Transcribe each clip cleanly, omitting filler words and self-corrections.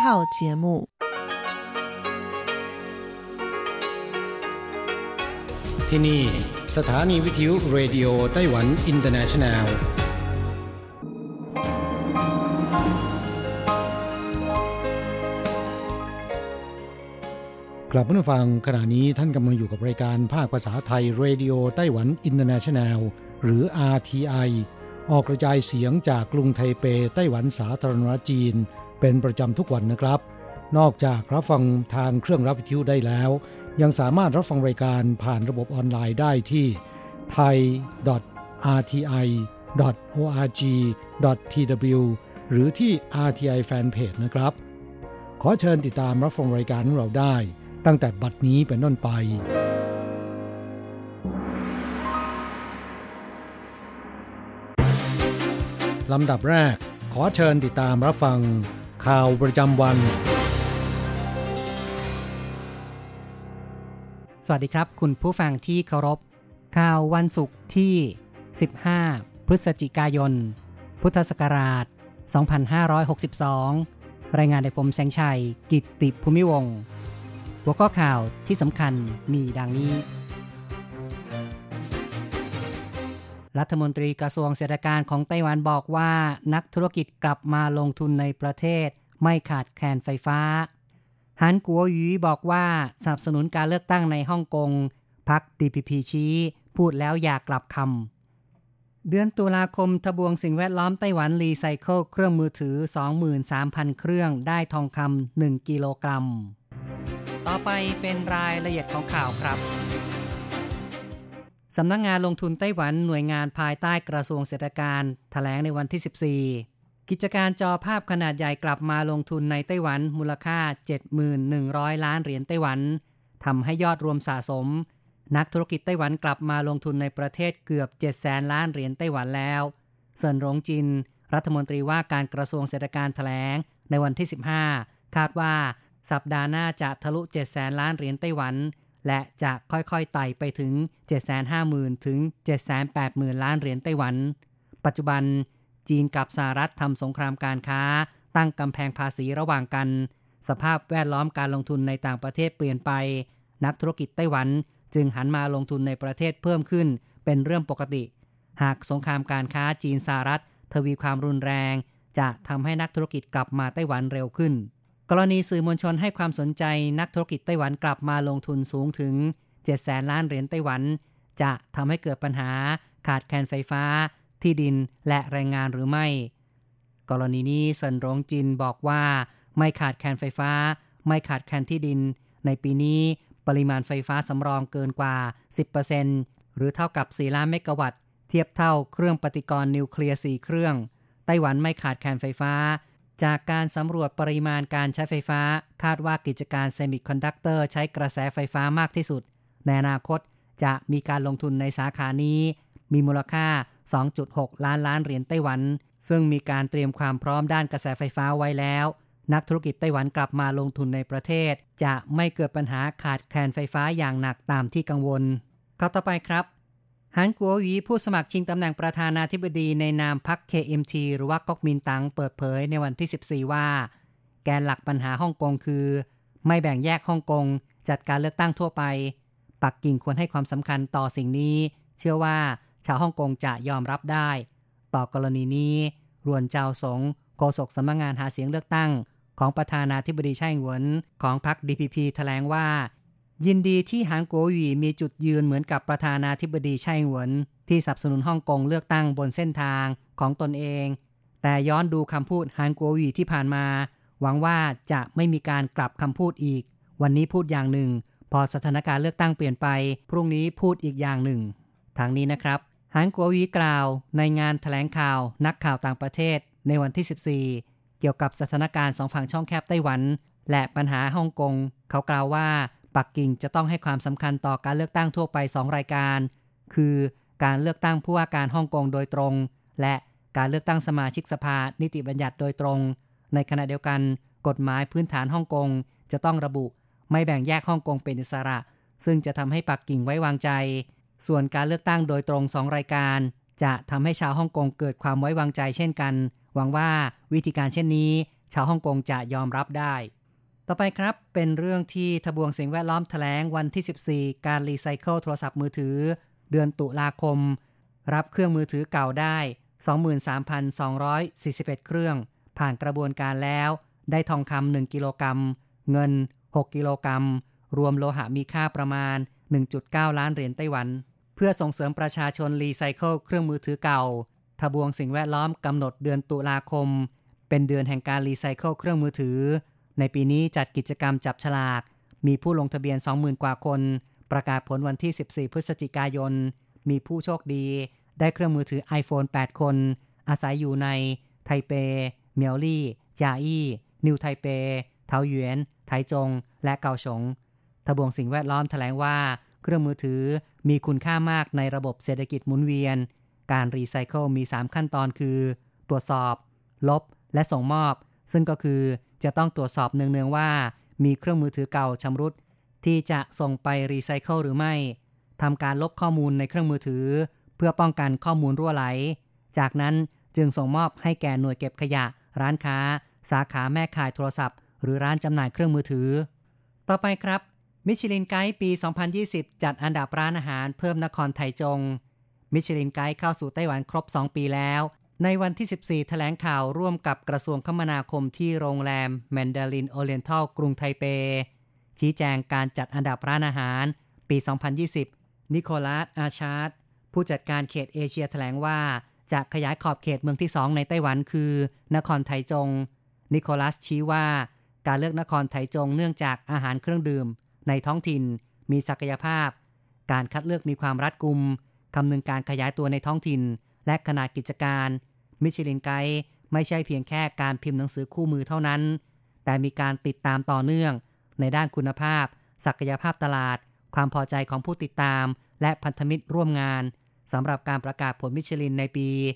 节目。 ที่นี่สถานีวิทยุเรดิโอไต้หวันอินเตอร์เนชั่นแนลกลับมาฟังขณะนี้ท่านกำลังอยู่กับรายการภาคภาษาไทยเรดิโอไต้หวันอินเตอร์เนชั่นแนลหรือ RTI ออกกระจายเสียงจากกรุงไทเปไต้หวันสาธารณรัฐจีนเป็นประจำทุกวันนะครับนอกจากรับฟังทางเครื่องรับวิทยุได้แล้วยังสามารถรับฟังรายการผ่านระบบออนไลน์ได้ที่ thai.rti.org.tw หรือที่ RTI Fanpage นะครับขอเชิญติดตามรับฟังรายการของเราได้ตั้งแต่บัดนี้เป็นต้นไปลำดับแรกขอเชิญติดตามรับฟังข่าวประจำวันสวัสดีครับคุณผู้ฟังที่เคารพข่าววันศุกร์ที่15พฤศจิกายนพุทธศักราช2562รายงานโดยผมแสงชัยกิตติภูมิวงศ์หัวข้อข่าวที่สำคัญมีดังนี้รัฐมนตรีกระทรวงเศรษฐกิจของไต้หวันบอกว่านักธุรกิจกลับมาลงทุนในประเทศไม่ขาดแคลนไฟฟ้าฮันกัวหยีบอกว่าสนับสนุนการเลือกตั้งในฮ่องกงพรรค DPP ชี้พูดแล้วอย่ากลับคำเดือนตุลาคมทบวงสิ่งแวดล้อมไต้หวันรีไซเคิลเครื่องมือถือ 23,000 เครื่องได้ทองคำ1กิโลกรัมต่อไปเป็นรายละเอียดของข่าวครับสำนักงานลงทุนไต้หวันหน่วยงานภายใต้กระทรวงเศรษฐกิจแถลงในวันที่14กิจการจอภาพขนาดใหญ่กลับมาลงทุนในไต้หวันมูลค่า 7,100 ล้านเหรียญไต้หวันทำให้ยอดรวมสะสมนักธุรกิจไต้หวันกลับมาลงทุนในประเทศเกือบ 700,000 ล้านเหรียญไต้หวันแล้วเซินหลงจินรัฐมนตรีว่าการกระทรวงเศรษฐกิจแถลงในวันที่15คาดว่าสัปดาห์หน้าจะทะลุ 700,000 ล้านเหรียญไต้หวันและจะค่อยๆไต่ไปถึง 750,000 ถึง 780,000 ล้านเหรียญไต้หวันปัจจุบันจีนกับสหรัฐทำสงครามการค้าตั้งกำแพงภาษีระหว่างกันสภาพแวดล้อมการลงทุนในต่างประเทศเปลี่ยนไปนักธุรกิจไต้หวันจึงหันมาลงทุนในประเทศเพิ่มขึ้นเป็นเรื่องปกติหากสงครามการค้าจีนสหรัฐทวีความรุนแรงจะทำให้นักธุรกิจกลับมาไต้หวันเร็วขึ้นกรณีสื่อมวลชนให้ความสนใจนักธุรกิจไต้หวันกลับมาลงทุนสูงถึง 700,000 ล้านเหรียญไต้หวันจะทำให้เกิดปัญหาขาดแคลนไฟฟ้าที่ดินและแรงงานหรือไม่กรณีนี้เซินหลงจินบอกว่าไม่ขาดแคลนไฟฟ้าไม่ขาดแคลนที่ดินในปีนี้ปริมาณไฟฟ้าสำรองเกินกว่า 10% หรือเท่ากับ4ล้านเมกะวัตต์เทียบเท่าเครื่องปฏิกรณ์นิวเคลียร์4เครื่องไต้หวันไม่ขาดแคลนไฟฟ้าจากการสำรวจปริมาณการใช้ไฟฟ้าคาดว่ากิจการเซมิคอนดักเตอร์ใช้กระแสไฟฟ้ามากที่สุดในอนาคตจะมีการลงทุนในสาขานี้มีมูลค่า 2.6 ล้านล้านเหรียญไต้หวันซึ่งมีการเตรียมความพร้อมด้านกระแสไฟฟ้าไว้แล้วนักธุรกิจไต้หวันกลับมาลงทุนในประเทศจะไม่เกิดปัญหาขาดแคลนไฟฟ้าอย่างหนักตามที่กังวลข้อต่อไปครับฮันกัวหยีผู้สมัครชิงตำแหน่งประธานาธิบดีในนามพรรค KMT หรือว่าก๊กมินตั๋งเปิดเผยในวันที่14ว่าแกนหลักปัญหาฮ่องกงคือไม่แบ่งแยกฮ่องกงจัดการเลือกตั้งทั่วไปปักกิ่งควรให้ความสำคัญต่อสิ่งนี้เชื่อว่าชาวฮ่องกงจะยอมรับได้ต่อกรณีนี้รวนเจ้าสงโฆษกสำนักงานหาเสียงเลือกตั้งของประธานาธิบดีไช่อิงเหวินของพรรค DPP แถลงว่ายินดีที่หางกัวหยีมีจุดยืนเหมือนกับประธานาธิบดีไช่อิงเหวินที่สนับสนุนฮ่องกงเลือกตั้งบนเส้นทางของตนเองแต่ย้อนดูคำพูดหางกัวหยีที่ผ่านมาหวังว่าจะไม่มีการกลับคำพูดอีกวันนี้พูดอย่างหนึ่งพอสถานการณ์เลือกตั้งเปลี่ยนไปพรุ่งนี้พูดอีกอย่างหนึ่งทางนี้นะครับหางกัวหยีกล่าวในงานแถลงข่าวนักข่าวต่างประเทศในวันที่14เกี่ยวกับสถานการณ์สองฝั่งช่องแคบไต้หวันและปัญหาฮ่องกงเขากล่าวว่าปักกิ่งจะต้องให้ความสำคัญต่อการเลือกตั้งทั่วไป2รายการคือการเลือกตั้งผู้ว่าการฮ่องกงโดยตรงและการเลือกตั้งสมาชิกสภานิติบัญญัติโดยตรงในขณะเดียวกันกฎหมายพื้นฐานฮ่องกงจะต้องระบุไม่แบ่งแยกฮ่องกงเป็นอิสระซึ่งจะทำให้ปักกิ่งไว้วางใจส่วนการเลือกตั้งโดยตรง2รายการจะทำให้ชาวฮ่องกงเกิดความไว้วางใจเช่นกันหวังว่าวิธีการเช่นนี้ชาวฮ่องกงจะยอมรับได้ต่อไปครับเป็นเรื่องที่ทบวงสิ่งแวดล้อมแถลงวันที่14การรีไซเคิลโทรศัพท์มือถือเดือนตุลาคมรับเครื่องมือถือเก่าได้ 23,241 เครื่องผ่านกระบวนการแล้วได้ทองคำ1กิโลกรัมเงิน6กิโลกรัมรวมโลหะมีค่าประมาณ 1.9 ล้านเหรียญไต้หวันเพื่อส่งเสริมประชาชนรีไซเคิลเครื่องมือถือเก่าทบวงสิ่งแวดล้อมกำหนดเดือนตุลาคมเป็นเดือนแห่งการรีไซเคิลเครื่องมือถือในปีนี้จัดกิจกรรมจับฉลากมีผู้ลงทะเบียน 20,000 กว่าคนประกาศผลวันที่14พฤศจิกายนมีผู้โชคดีได้เครื่องมือถือ iPhone 8 คนอาศัยอยู่ในไทเปเมียวลี่จาอี้นิวไทเปเทาหยวนไถจงและเกาสงทบวงสิ่งแวดล้อมแถลงว่าเครื่องมือถือมีคุณค่ามากในระบบเศรษฐกิจหมุนเวียนการรีไซเคิลมี3ขั้นตอนคือตรวจสอบลบและส่งมอบซึ่งก็คือจะต้องตรวจสอบเนืองๆว่ามีเครื่องมือถือเก่าชำรุดที่จะส่งไปรีไซเคิลหรือไม่ทำการลบข้อมูลในเครื่องมือถือเพื่อป้องกันข้อมูลรั่วไหลจากนั้นจึงส่งมอบให้แก่หน่วยเก็บขยะร้านค้าสาขาแม่ขายโทรศัพท์หรือร้านจำหน่ายเครื่องมือถือต่อไปครับมิชลินไกด์ปี 2020 จัดอันดับร้านอาหารเพิ่มนครไถจงมิชลินไกด์เข้าสู่ไต้หวันครบ2ปีแล้วในวันที่14แถลงข่าวร่วมกับกระทรวงคมนาคมที่โรงแรมแมนดารินโอเรียนทัลกรุงไทเปชี้แจงการจัดอันดับร้านอาหารปี 2020 นิโคลัสอาชาร์ดผู้จัดการเขตเอเชียแถลงว่าจะขยายขอบเขตเมืองที่2ในไต้หวันคือนครไถจงนิโคลัสชี้ว่าการเลือกนครไถจงเนื่องจากอาหารเครื่องดื่มในท้องถิ่นมีศักยภาพการคัดเลือกมีความรัดกุมคำนึงการขยายตัวในท้องถิ่นและขนาดกิจการมิชลินไกด์ไม่ใช่เพียงแค่การพิมพ์หนังสือคู่มือเท่านั้นแต่มีการติดตามต่อเนื่องในด้านคุณภาพศักยภาพตลาดความพอใจของผู้ติดตามและพันธมิตรร่วมงานสำหรับการประกาศผลมิชลินในปี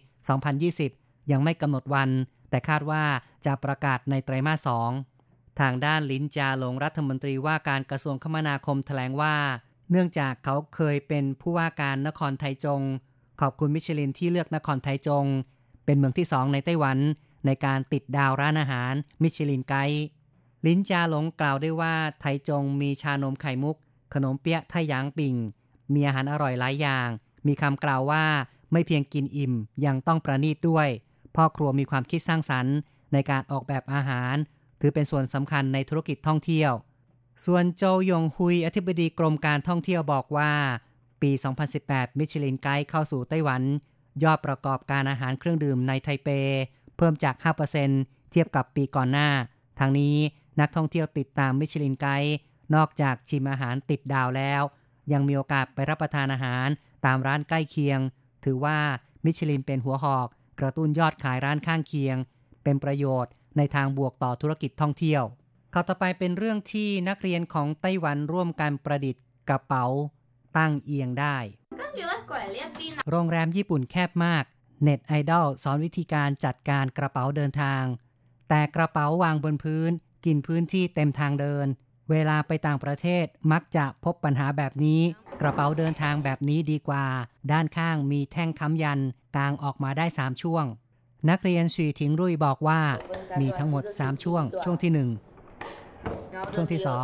2020 ยังไม่กำหนดวันแต่คาดว่าจะประกาศในไตรมาส 2ทางด้านลินจาหลงรัฐมนตรีว่าการกระทรวงคมนาคมแถลงว่าเนื่องจากเขาเคยเป็นผู้ว่าการนครไถจงขอบคุณมิชลินที่เลือกนครไถจงเป็นเมืองที่2ในไต้หวันในการติดดาวร้านอาหารมิชลินไกด์ลินจาหลงกล่าวได้ว่าไถจงมีชานมไข่มุกขนมเปี๊ยะไทหยางปิ่งมีอาหารอร่อยหลายอย่างมีคำกล่าวว่าไม่เพียงกินอิ่มยังต้องประณีตด้วยพ่อครัวมีความคิดสร้างสรรค์ในการออกแบบอาหารถือเป็นส่วนสำคัญในธุรกิจท่องเที่ยวส่วนโจยงฮุยอธิบดีกรมการท่องเที่ยวบอกว่าปี 2018 มิชลินไกด์เข้าสู่ไต้หวันยอดประกอบการอาหารเครื่องดื่มในไทเปเพิ่มจาก 5% เทียบกับปีก่อนหน้าทางนี้นักท่องเที่ยวติดตามมิชลินไกด์นอกจากชิมอาหารติดดาวแล้วยังมีโอกาสไปรับประทานอาหารตามร้านใกล้เคียงถือว่ามิชลินเป็นหัวหอกกระตุ้นยอดขายร้านข้างเคียงเป็นประโยชน์ในทางบวกต่อธุรกิจท่องเที่ยวข่าวต่อไปเป็นเรื่องที่นักเรียนของไต้หวันร่วมกันประดิษฐ์กระเป๋าตั้งเอียงได้โรงแรมญี่ปุ่นแคบมากเน็ตไอดอลสอนวิธีการจัดการกระเป๋าเดินทางแต่กระเป๋าวางบนพื้นกินพื้นที่เต็มทางเดินเวลาไปต่างประเทศมักจะพบปัญหาแบบนี้กระเป๋าเดินทางแบบนี้ดีกว่าด้านข้างมีแท่งค้ำยันกางออกมาได้3ช่วงนักเรียนฉีถิงรุ่ยบอกว่ามีทั้งหมด3ช่วงช่วงที่1ช่วงที่2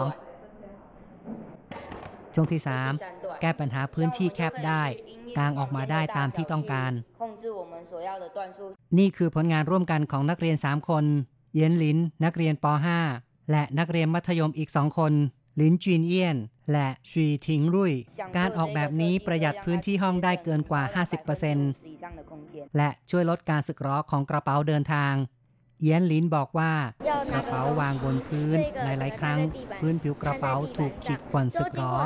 ช่วงที่3แก้ปัญหาพื้นที่แคบได้กางออกมาได้ตามที่ต้องการนี่คือผลงานร่วมกันของนักเรียน3คนเย็นหลินนักเรียนป.5 และนักเรียนมัธยมอีก2คนลินจินเอี้ยนและชีทิงรุ่ยการออกแบบนี้ประหยัดพื้นที่ห้องได้เกินกว่า 50% และช่วยลดการสึกหรอของกระเป๋าเดินทางเยียนลินบอกว่ากระเป๋าวางบนพื้นหลายๆครั้งพื้นผิวกระเป๋าถูกขีดข่วนสึกหรอ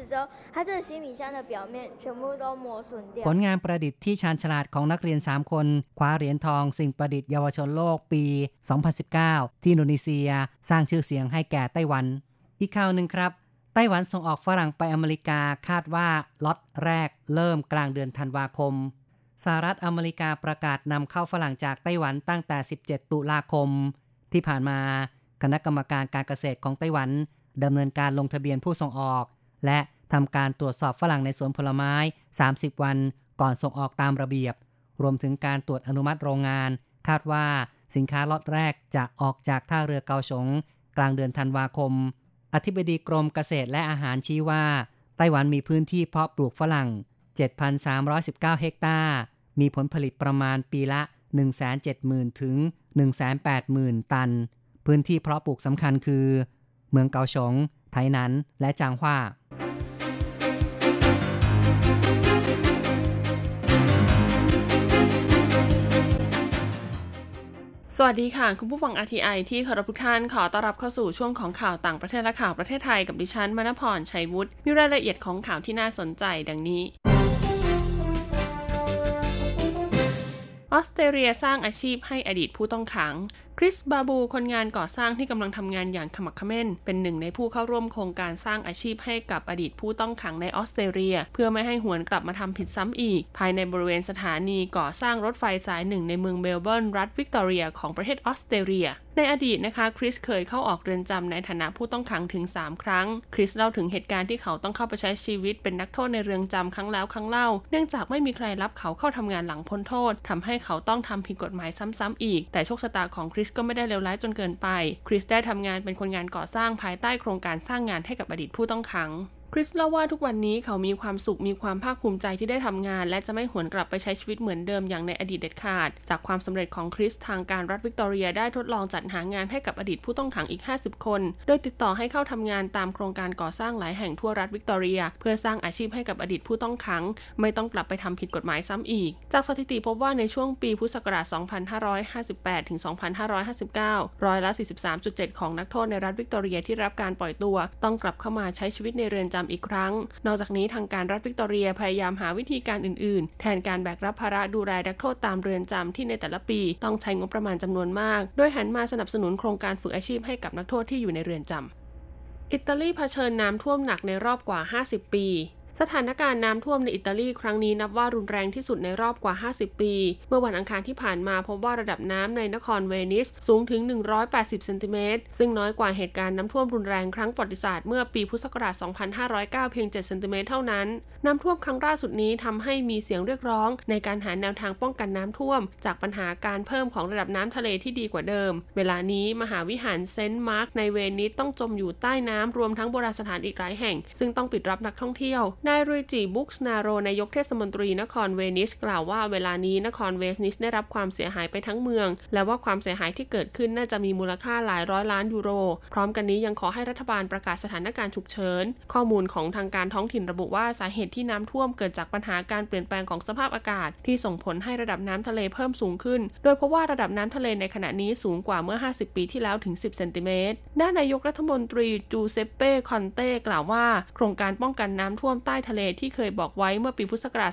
ผลงานประดิษฐ์ที่ชาญฉลาดของนักเรียน3คนคว้าเหรียญทองสิ่งประดิษฐ์เยาวชนโลกปี 2019 ที่อินโดนีเซียสร้างชื่อเสียงให้แก่ไต้หวันอีกข่าวหนึ่งครับไต้หวันส่งออกฝรั่งไปอเมริกาคาดว่าล็อตแรกเริ่มกลางเดือนธันวาคมสหรัฐอเมริกาประกาศนำเข้าฝรั่งจากไต้หวันตั้งแต่17ตุลาคมที่ผ่านมาคณะกรรมการการเกษตรของไต้หวันดำเนินการลงทะเบียนผู้ส่งออกและทำการตรวจสอบฝรั่งในสวนผลไม้30วันก่อนส่งออกตามระเบียบรวมถึงการตรวจอนุมัติโรงงานคาดว่าสินค้าล็อตแรกจะออกจากท่าเรือเกาสงกลางเดือนธันวาคมอธิบดีกรมเกษตรและอาหารชี้ว่าไต้หวันมีพื้นที่เพาะปลูกฝรั่ง 7,319 เฮกตาร์มีผลผลิตประมาณปีละ 170,000 ถึง 180,000 ตันพื้นที่เพาะปลูกสำคัญคือเมืองเกาสงไถหนันและจางฮวาสวัสดีค่ะคุณผู้ฟัง RTI ที่เคารพทุกท่านขอต้อนรับเข้าสู่ช่วงของข่าวต่างประเทศและข่าวประเทศไทยกับดิฉันมณพรชัยวุฒิมีรายละเอียดของข่าวที่น่าสนใจดังนี้ออสเตรเลียสร้างอาชีพให้อดีตผู้ต้องขังคริสบาบูคนงานก่อสร้างที่กำลังทำงานอย่างขมักเขม้นเป็นหนึ่งในผู้เข้าร่วมโครงการสร้างอาชีพให้กับอดีตผู้ต้องขังในออสเตรเลียเพื่อไม่ให้หวนกลับมาทำผิดซ้ำอีกภายในบริเวณสถานีก่อสร้างรถไฟสายหนึ่งในเมืองเมลเบิร์นรัฐวิกตอเรียของประเทศออสเตรเลียในอดีตนะคะคริสเคยเข้าออกเรือนจำในฐานะผู้ต้องขังถึง3ครั้งคริสเล่าถึงเหตุการณ์ที่เขาต้องเข้าไปใช้ชีวิตเป็นนักโทษในเรือนจำครั้งแล้วครั้งเล่าเนื่องจากไม่มีใครรับเขาเข้าทำงานหลังพ้นโทษทำให้เขาต้องทำผิดกฎหมายซ้ำๆอีกแต่โชคชะตาของคริสก็ไม่ได้เลวร้ายจนเกินไปคริสได้ทำงานเป็นคนงานก่อสร้างภายใต้โครงการสร้างงานให้กับอดีตผู้ต้องขังคริสเล่าว่าทุกวันนี้เขามีความสุขมีความภาคภูมิใจที่ได้ทำงานและจะไม่หวนกลับไปใช้ชีวิตเหมือนเดิมอย่างในอดีตเด็ดขาดจากความสำเร็จของคริสทางการรัฐวิกตอเรียได้ทดลองจัดหางานให้กับอดีตผู้ต้องขังอีก50คนโดยติดต่อให้เข้าทำงานตามโครงการก่อสร้างหลายแห่งทั่วรัฐวิกตอเรียเพื่อสร้างอาชีพให้กับอดีตผู้ต้องขังไม่ต้องกลับไปทำผิดกฎหมายซ้ำอีกจากสถิติพบว่าในช่วงปีพุทธศักราช 2558 ถึง 2559 ร้อยละ 43.7 ของนักโทษในรัฐวิกตอเรียที่รับการปล่อยตัวต้องกลับเข้ามาใช้ชีวิตในเรือนจำอีกครั้งนอกจากนี้ทางการรัฐวิกตอเรียพยายามหาวิธีการอื่นๆแทนการแบกรับภาระดูแลนักโทษตามเรือนจำที่ในแต่ละปีต้องใช้งบประมาณจำนวนมากโดยหันมาสนับสนุนโครงการฝึกอาชีพให้กับนักโทษที่อยู่ในเรือนจำอิตาลีเผชิญน้ำท่วมหนักในรอบกว่า50ปีสถานการณ์น้ำท่วมในอิตาลีครั้งนี้นับว่ารุนแรงที่สุดในรอบกว่า50ปีเมื่อวันอังคารที่ผ่านมาพบว่าระดับน้ำในนครเวนิสสูงถึง180เซนติเมตรซึ่งน้อยกว่าเหตุการณ์น้ำท่วมรุนแรงครั้งประวัติศาสตร์เมื่อปีพุทธศักราช 2509 เพียง7เซนติเมตรเท่านั้นน้ำท่วมครั้งล่าสุดนี้ทำให้มีเสียงเรียกร้องในการหาแนวทางป้องกันน้ำท่วมจากปัญหาการเพิ่มของระดับน้ำทะเลที่ดีกว่าเดิมเวลานี้มหาวิหารเซนต์มาร์กในเวนิสต้องจมอยู่ใต้น้ำรวมทั้งโบราณสถานอีกหลายแห่งซึ่งต้องปิดรับนักท่องเที่ยวนายรุยจิบุกสนาโรนายกเทศมนตรีนครเวนิสกล่าวว่าเวลานี้นครเวนิสได้รับความเสียหายไปทั้งเมืองและว่าความเสียหายที่เกิดขึ้นน่าจะมีมูลค่าหลายร้อยล้านยูโรพร้อมกันนี้ยังขอให้รัฐบาลประกาศสถานการณ์ฉุกเฉินข้อมูลของทางการท้องถิ่นระบุว่าสาเหตุที่น้ำท่วมเกิดจากปัญหาการเปลี่ยนแปลงของสภาพอากาศที่ส่งผลให้ระดับน้ำทะเลเพิ่มสูงขึ้นโดยพบว่าระดับน้ำทะเลในขณะนี้สูงกว่าเมื่อ50ปีที่แล้วถึง10เซนติเมตรด้านนายกรัฐมนตรีจูเซปเป้คอนเต้กล่าวว่าโครงการป้องกันน้ำท่วมใต้ทะเลที่เคยบอกไว้เมื่อปีพุทธศักราช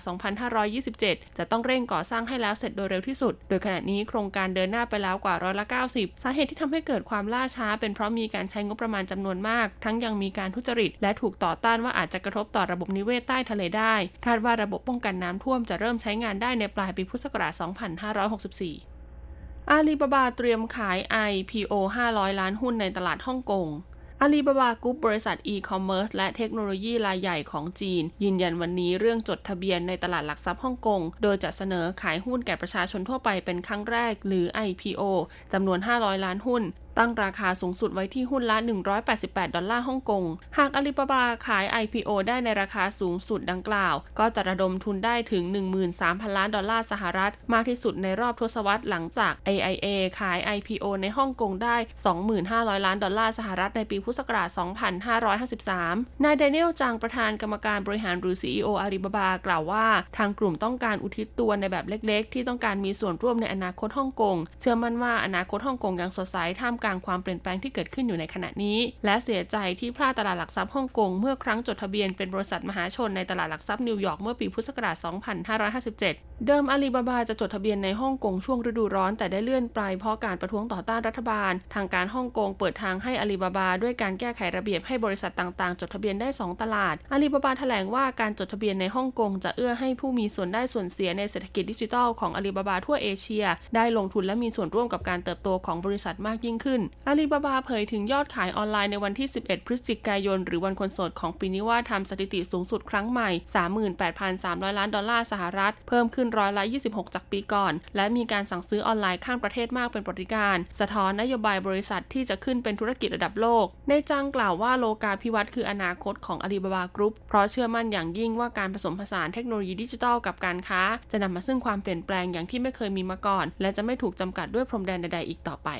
2527 จะต้องเร่งก่อสร้างให้แล้วเสร็จโดยเร็วที่สุดโดยขณะนี้โครงการเดินหน้าไปแล้วกว่า90%สาเหตุที่ทำให้เกิดความล่าช้าเป็นเพราะมีการใช้งบประมาณจำนวนมากทั้งยังมีการทุจริตและถูกต่อต้านว่าอาจจะกระทบต่อระบบนิเวศใต้ทะเลได้คาดว่าระบบป้องกันน้ำท่วมจะเริ่มใช้งานได้ในปลายปีพุทธศักราช 2564 อาลีบาบาเตรียมขาย IPO 500 ล้านหุ้นในตลาดฮ่องกงอาลีบาบากรุ๊ปบริษัทอีคอมเมิร์ซและเทคโนโลยีรายใหญ่ของจีนยืนยันวันนี้เรื่องจดทะเบียนในตลาดหลักทรัพย์ฮ่องกงโดยจะเสนอขายหุ้นแก่ประชาชนทั่วไปเป็นครั้งแรกหรือ IPO จำนวน500ล้านหุ้นตั้งราคาสูงสุดไว้ที่หุ้นละ$188ฮ่องกงหากอาลีบาบาขาย IPO ได้ในราคาสูงสุดดังกล่าวก็จะระดมทุนได้ถึง 13,000 ล้านดอลลาร์สหรัฐมากที่สุดในรอบทศวรรษหลังจาก AIA ขาย IPO ในฮ่องกงได้ 25,000 ล้านดอลลาร์สหรัฐในปีพุทธศักราช 2553 นายแดเนียลจางประธานกรรมการบริหารหรือ CEO อาลีบาบากล่าวว่าทางกลุ่มต้องการอุทิศตัวในแบบเล็กๆที่ต้องการมีส่วนร่วมในอนาคตฮ่องกงเชื่อมั่นว่าอนาคตฮ่องกงยังสดใสท่ามกลางความเปลี่ยนแปลงที่เกิดขึ้นอยู่ในขณะนี้และเสียใจที่พลาดตลาดหลักทรัพย์ฮ่องกงเมื่อครั้งจดทะเบียนเป็นบริษัทมหาชนในตลาดหลักทรัพย์นิวยอร์กเมื่อปีพุทธศักราช 2557 เดิมอาลีบาบาจะจดทะเบียนในฮ่องกงช่วงฤดูร้อนแต่ได้เลื่อนไปเพราะการประท้วงต่อต้านรัฐบาลทางการฮ่องกงเปิดทางให้อาลีบาบาด้วยการแก้ไขระเบียบให้บริษัทต่างๆจดทะเบียนได้2ตลาดอาลีบาบาแถลงว่าการจดทะเบียนในฮ่องกงจะเอื้อให้ผู้มีส่วนได้ส่วนเสียในเศรษฐกิจดิจิทัลของอาลีบาบาทั่วเอเชียได้ลงทุนและมีส่วนร่วมกับการเติบโตของบริษัทมากยิ่งขึ้นขึ้นอาลีบาบาเผยถึงยอดขายออนไลน์ในวันที่11พฤศจิกายนหรือวันคนโสดของปีนี้ว่าทำสถิติสูงสุดครั้งใหม่ 38,300 ล้านดอลลาร์สหรัฐเพิ่มขึ้น26%จากปีก่อนและมีการสั่งซื้อออนไลน์ข้ามประเทศมากเป็นประวัติการณ์สะท้อนนโยบายบริษัทที่จะขึ้นเป็นธุรกิจระดับโลกในจังกล่าวว่าโลกาภิวัตน์คืออนาคตของอาลีบาบากรุ๊ปเพราะเชื่อมั่นอย่างยิ่งว่าการผสมผสานเทคโนโลยีดิจิทัลกับการค้าจะนำมาซึ่งความเปลี่ยนแปลงอย่างที่ไม่เคยมีมาก่อนและจะไม่ถูกจำกัดด้วยพรมแดนใดๆอีกต่อไป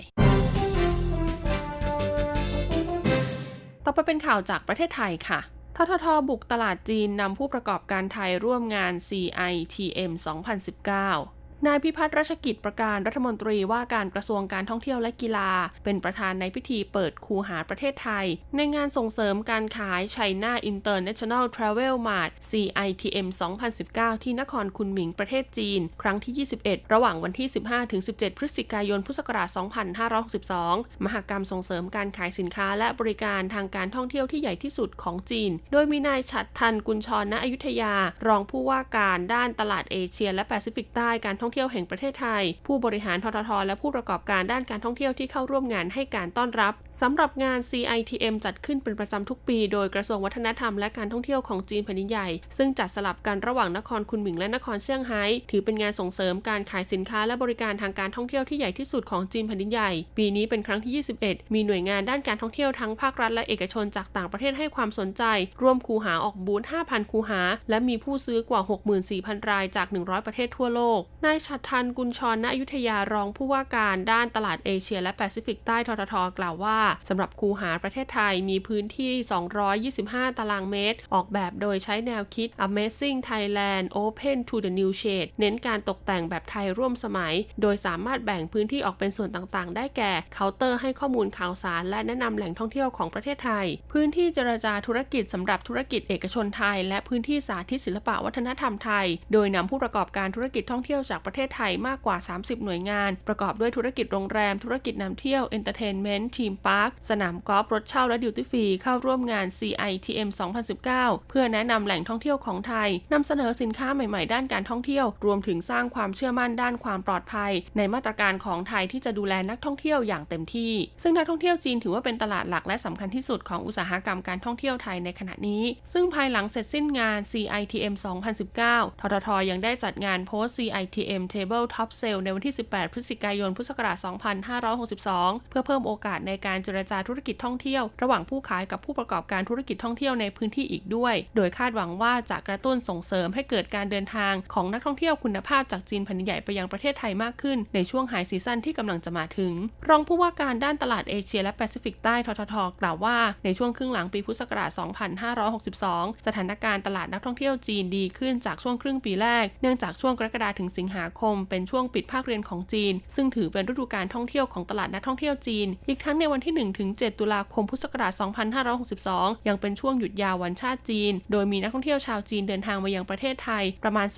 ต่อไปเป็นข่าวจากประเทศไทยค่ะททท.บุกตลาดจีนนำผู้ประกอบการไทยร่วมงาน CITM 2019นายพิพัฒน์รัชกิจประการรัฐมนตรีว่าการกระทรวงการท่องเที่ยวและกีฬาเป็นประธานในพิธีเปิดคูหาประเทศไทยในงานส่งเสริมการขาย China International Travel Mart CITM 2019 ที่นครคุนหมิงประเทศจีนครั้งที่ 21 ระหว่างวันที่ 15-17 พฤศจิกายนพุทธศักราช 2562 มหกรรมส่งเสริมการขายสินค้าและบริการทางการท่องเที่ยวที่ใหญ่ที่สุดของจีนโดยมีนายฉัตรทันกุลชร ณ อยุธยารองผู้ว่าการด้านตลาดเอเชียและแปซิฟิกใต้การท่องเที่ยวแห่งประเทศไทยผู้บริหารททท.และผู้ประกอบการด้านการท่องเที่ยวที่เข้าร่วมงานให้การต้อนรับสำหรับงาน CITM จัดขึ้นเป็นประจำทุกปีโดยกระทรวงวัฒนธรรมและการท่องเที่ยวของจีนแผ่นดินใหญ่ซึ่งจัดสลับกันระหว่างนครคุนหมิงและนครเซี่ยงไฮ้ถือเป็นงานส่งเสริมการขายสินค้าและบริการทางการท่องเที่ยวที่ใหญ่ที่สุดของจีนแผ่นดินใหญ่ปีนี้เป็นครั้งที่ 21 มีหน่วยงานด้านการท่องเที่ยวทั้งภาครัฐและเอกชนจากต่างประเทศให้ความสนใจร่วมคูหาออกบูธ 5,000 คูหาและมีผู้ซื้อกว่า 64,000 รายจาก 100 ประเทศทั่วโลกนายฉัตรทันกุลชร ณ อยุธยารองผู้ว่าการด้านตลาดเอเชียและแปซิฟิกใต้ททท.กล่าวว่าสำหรับคูหาประเทศไทยมีพื้นที่225ตารางเมตรออกแบบโดยใช้แนวคิด Amazing Thailand Open to the New Shade เน้นการตกแต่งแบบไทยร่วมสมัยโดยสามารถแบ่งพื้นที่ออกเป็นส่วนต่างๆได้แก่เคาน์เตอร์ให้ข้อมูลข่าวสารและแนะนำแหล่งท่องเที่ยวของประเทศไทยพื้นที่เจรจาธุรกิจสำหรับธุรกิจเอกชนไทยและพื้นที่สาธิตศิลปะวัฒนธรรมไทยโดยนำผู้ประกอบการธุรกิจท่องเที่ยวจากประเทศไทยมากกว่า30หน่วยงานประกอบด้วยธุรกิจโรงแรมธุรกิจนำเที่ยวเอนเตอร์เทนเมนต์ทีมพาร์คสนามกอล์ฟรถเช่าและดิวตี้ฟรีเข้าร่วมงาน CITM 2019 เพื่อแนะนำแหล่งท่องเที่ยวของไทยนำเสนอสินค้าใหม่ๆด้านการท่องเที่ยวรวมถึงสร้างความเชื่อมั่นด้านความปลอดภัยในมาตรการของไทยที่จะดูแลนักท่องเที่ยวอย่างเต็มที่ซึ่งนักท่องเที่ยวจีนถือว่าเป็นตลาดหลักและสำคัญที่สุดของอุตสาหกรรมการท่องเที่ยวไทยในขณะนี้ซึ่งภายหลังเสร็จสิ้นงาน CITM 2019 ททท.ยังได้จัดงาน Post CITM Table Top Sale ในวันที่ 18 พฤศจิกายนพุทธศักราช 2562 เพื่อเพิ่มโอกาสในการเจรจาธุรกิจท่องเที่ยวระหว่างผู้ขายกับผู้ประกอบการธุรกิจท่องเที่ยวในพื้นที่อีกด้วยโดยคาดหวังว่าจะกระตุ้นส่งเสริมให้เกิดการเดินทางของนักท่องเที่ยวคุณภาพจากจีนแผ่นดินใหญ่ไปยังประเทศไทยมากขึ้นในช่วงไฮซีซั่นที่กำลังจะมาถึงรองผู้ว่าการด้านตลาดเอเชียและแปซิฟิกใต้ททท.กล่าวว่าในช่วงครึ่งหลังปีพุทธศักราช 2562 สถานการณ์ตลาดนักท่องเที่ยวจีนดีขึ้นจากช่วงครึ่งปีแรกเนื่องจากช่วงกรกฎาคมถึงสิงหาคมเป็นช่วงปิดภาคเรียนของจีนซึ่งถือเป็นฤดูกาลท่องเที่ยวของตลาดนักท่องเที่ยวจีนอีกทั้งในวันที่ 1-7 ตุลาคมพุทธศักราช 2562 ยังเป็นช่วงหยุดยาววันชาติจีนโดยมีนักท่องเที่ยวชาวจีนเดินทางมายังประเทศไทยประมาณ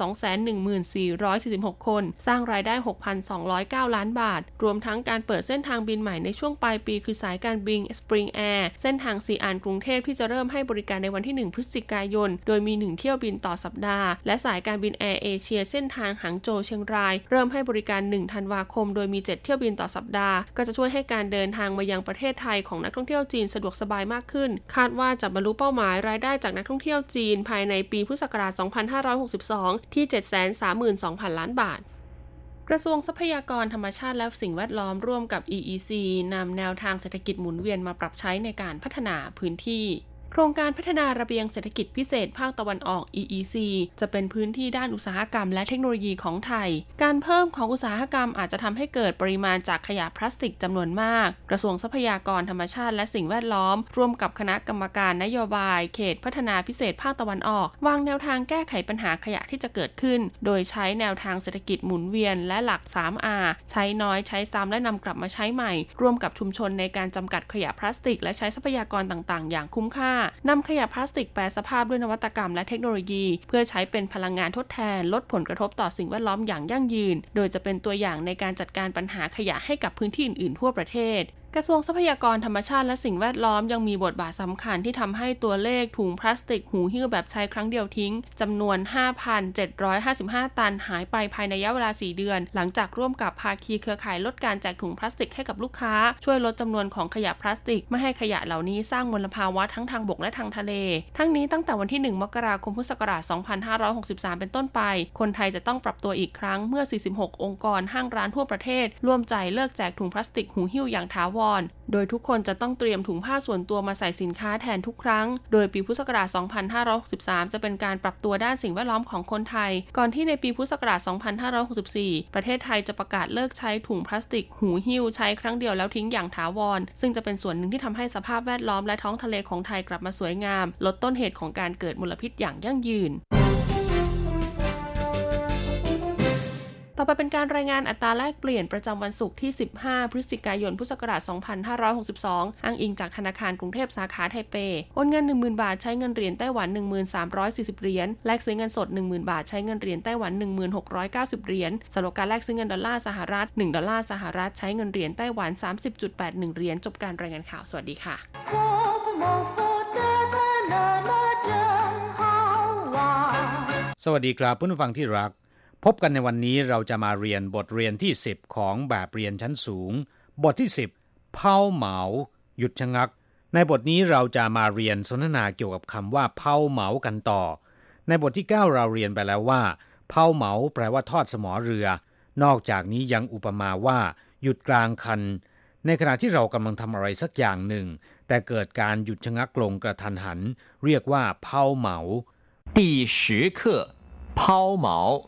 214,446 คนสร้างรายได้ 6,209 ล้านบาทรวมทั้งการเปิดเส้นทางบินใหม่ในช่วงปลายปีคือสายการบิน Spring Air เส้นทางซีอานกรุงเทพที่จะเริ่มให้บริการในวันที่ 1 พฤศจิกายนโดยมี 1 เที่ยวบินต่อสัปดาห์และสายการบินแอร์เอเชียเส้นทางหางโจวเชียงรายเริ่มให้บริการ 1 ธันวาคมโดยมี 7 เที่ยวบินต่อสัปดาห์ก็จะช่วยให้การเดินทางมายังประเทศไทยของนักท่องเที่ยวจีนสะดวกสบายมากขึ้นคาดว่าจะบรรลุเป้าหมายรายได้จากนักท่องเที่ยวจีนภายในปีพุทธศักราช 2562 ที่ 732,000 ล้านบาทกระทรวงทรัพยากรธรรมชาติและสิ่งแวดล้อมร่วมกับ EEC นำแนวทางเศรษฐกิจหมุนเวียนมาปรับใช้ในการพัฒนาพื้นที่โครงการพัฒนาระเบียงเศรษฐกิจพิเศษภาคตะวันออก EEC จะเป็นพื้นที่ด้านอุตสาหกรรมและเทคโนโลยีของไทยการเพิ่มของอุตสาหกรรมอาจจะทำให้เกิดปริมาณจากขยะพลาสติกจำนวนมากกระทรวงทรัพยากรธรรมชาติและสิ่งแวดล้อมร่วมกับคณะกรรมการนโยบายเขตพัฒนาพิเศษภาคตะวันออกวางแนวทางแก้ไขปัญหาขยะที่จะเกิดขึ้นโดยใช้แนวทางเศรษฐกิจหมุนเวียนและหลัก 3R ใช้น้อยใช้ซ้ำและนำกลับมาใช้ใหม่ร่วมกับชุมชนในการจำกัดขยะพลาสติกและใช้ทรัพยากรต่างๆอย่างคุ้มค่านำขยะพลาสติกแปรสภาพด้วยนวัตกรรมและเทคโนโลยีเพื่อใช้เป็นพลังงานทดแทนลดผลกระทบต่อสิ่งแวดล้อมอย่างยั่งยืนโดยจะเป็นตัวอย่างในการจัดการปัญหาขยะให้กับพื้นที่อื่นๆทั่วประเทศกระทรวงทรัพยากรธรรมชาติและสิ่งแวดล้อมยังมีบทบาทสำคัญที่ทำให้ตัวเลขถุงพลาสติกหูหิ้วแบบใช้ครั้งเดียวทิ้งจำนวน 5,755 ตันหายไปภายในระยะเวลา 4 เดือนหลังจากร่วมกับภาคีเครือข่ายลดการแจกถุงพลาสติกให้กับลูกค้าช่วยลดจำนวนของขยะพลาสติกไม่ให้ขยะเหล่านี้สร้างมลภาวะทั้งทางบกและทางทะเลทั้งนี้ตั้งแต่วันที่ 1 มกราคม พุทธศักราช 2563 เป็นต้นไปคนไทยจะต้องปรับตัวอีกครั้งเมื่อ 46 องค์กรห้างร้านทั่วประเทศร่วมใจเลิกแจกถุงพลาสติกหูหิ้วอย่างถาวรโดยทุกคนจะต้องเตรียมถุงผ้าส่วนตัวมาใส่สินค้าแทนทุกครั้งโดยปีพุทธศักราช 2563 จะเป็นการปรับตัวด้านสิ่งแวดล้อมของคนไทยก่อนที่ในปีพุทธศักราช 2564 ประเทศไทยจะประกาศเลิกใช้ถุงพลาสติกหูหิ้วใช้ครั้งเดียวแล้วทิ้งอย่างถาวรซึ่งจะเป็นส่วนหนึ่งที่ทำให้สภาพแวดล้อมและท้องทะเลของไทยกลับมาสวยงามลดต้นเหตุของการเกิดมลพิษอย่างยั่งยืนต่อไปเป็นการรายงานอัตราแลกเปลี่ยนประจำวันศุกร์ที่ 15 พฤศจิกายน พุทธศักราช 2562 อ้างอิงจากธนาคารกรุงเทพสาขาไทเปโอนเงิน 10,000 บาทใช้เงินเหรียญไต้หวัน 1340 เหรียญแลกซื้อเงินสด 10,000 บาทใช้เงินเหรียญไต้หวัน 1690 เหรียญสำหรับการแลกซื้อเงินดอลลาร์สหรัฐ1ดอลลาร์สหรัฐใช้เงินเหรียญไต้หวัน 30.81 เหรียญจบการรายงานข่าวสวัสดีค่ะสวัสดีครับผู้ฟังที่รักพบกันในวันนี้เราจะมาเรียนบทเรียนที่10ของแบบเรียนชั้นสูงบทที่10เผ่าเหมาหยุดชะงักในบทนี้เราจะมาเรียนสนทนาเกี่ยวกับคำว่าเผ่าเหมากันต่อในบทที่9เราเรียนไปแล้วว่าเผ่าเหมาแปลว่าทอดสมอเรือนอกจากนี้ยังอุปมาว่าหยุดกลางคันในขณะที่เรากำลังทำอะไรสักอย่างหนึ่งแต่เกิดการหยุดชะงักลงกระทันหันเรียกว่าเผ่าเหมา第10课抛锚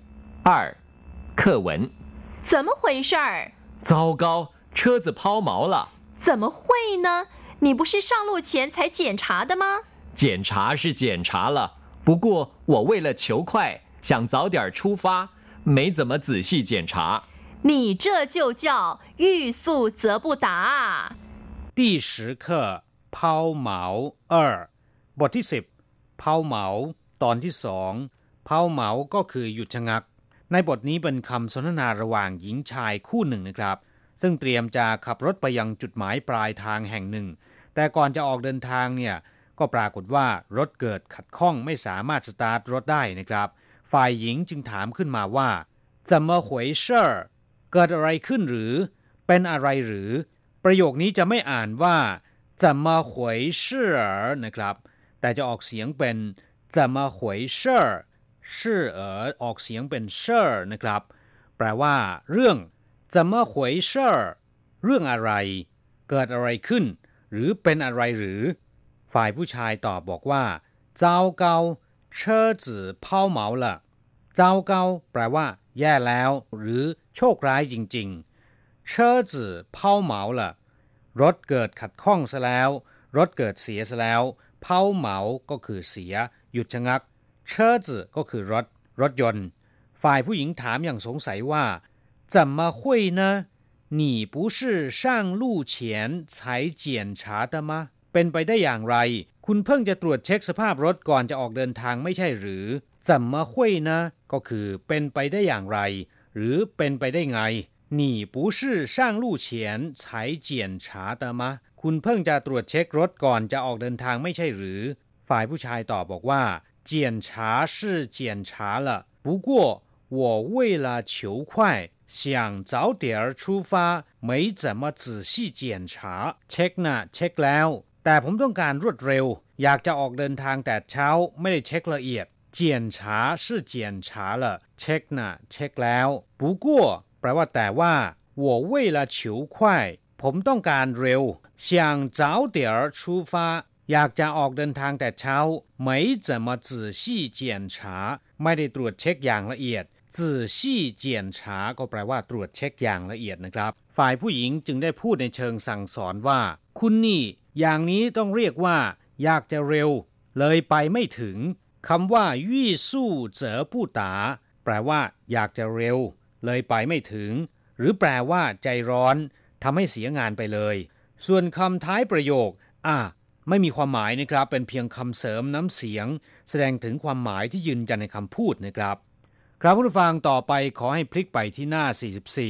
2课文怎么回事儿？ 糟糕，车子抛锚了。 怎么会呢？你不是上路前才检查的吗？ 检查是检查了，不过我为了求快，想早点出发，没怎么仔细检查。 你这就叫欲速则不达。 第10课抛锚2บทที่10เผาเหมาตอนที่2เผาเหมาก็คือหยุดชะงักในบทนี้เป็นคำสนทนาระหว่างหญิงชายคู่หนึ่งนะครับซึ่งเตรียมจะขับรถไปยังจุดหมายปลายทางแห่งหนึ่งแต่ก่อนจะออกเดินทางเนี่ยก็ปรากฏว่ารถเกิดขัดข้องไม่สามารถสตาร์ทรถได้นะครับฝ่ายหญิงจึงถามขึ้นมาว่า怎么回事เกิดอะไรขึ้นหรือเป็นอะไรหรือประโยคนี้จะไม่อ่านว่า怎么回事นะครับแต่จะออกเสียงเป็น怎么回事ชื่อออกเสียงเป็นเช่อนะครับแปลว่าเรื่อง怎么回事เรื่องอะไรเกิดอะไรขึ้นหรือเป็นอะไรหรือฝ่ายผู้ชายตอบบอกว่า糟糕车子抛锚了糟糕แปลว่าแย่แล้วหรือโชคร้ายจริงๆ车子抛锚了รถเกิดขัดข้องซะแล้วรถเกิดเสียซะแล้ว抛锚ก็คือเสียหยุดชะงัก车子ก็คือรถยนต์ฝ่ายผู้หญิงถามอย่างสงสัยว่า怎么会呢你不是上路前才检查的吗เป็นไปได้อย่างไรคุณเพิ่งจะตรวจเช็คสภาพรถก่อนจะออกเดินทางไม่ใช่หรือ怎么会呢ก็คือเป็นไปได้อย่างไรหรือเป็นไปได้ไง你不是上路前才检查的吗คุณเพิ่งจะตรวจเช็ครถก่อนจะออกเดินทางไม่ใช่หรือฝ่ายผู้ชายตอบบอกว่า检查是检查了不过我为了求快想早点出发没怎么仔细检查เช็คนะเช็คแล้วแต่ผมต้องการรวดเร็วอยากจะออกเดินทางแต่เช้าไม่ได้เช็คละเอียด检查是检查了เช็คนะเช็คแล้ว不过แปลว่าแต่ว่า我为了求快ผมต้องการเร็ว想早点出发อยากจะออกเดินทางแต่เช้าไม่怎么仔细检查ไม่ได้ตรวจเช็คอย่างละเอียด仔细检查ก็แปลว่าตรวจเช็คอย่างละเอียดนะครับฝ่ายผู้หญิงจึงได้พูดในเชิงสั่งสอนว่าคุณนี่อย่างนี้ต้องเรียกว่าอยากจะเร็วเลยไปไม่ถึงคำว่า欲速则不达แปลว่าอยากจะเร็วเลยไปไม่ถึงหรือแปลว่าใจร้อนทำให้เสียงานไปเลยส่วนคำท้ายประโยคไม่มีความหมายนะครับเป็นเพียงคำเสริมน้ำเสียงแสดงถึงความหมายที่ยืนยันในคำพูดนะครับครับผู้ฟังต่อไปขอให้พลิกไปที่หน้า44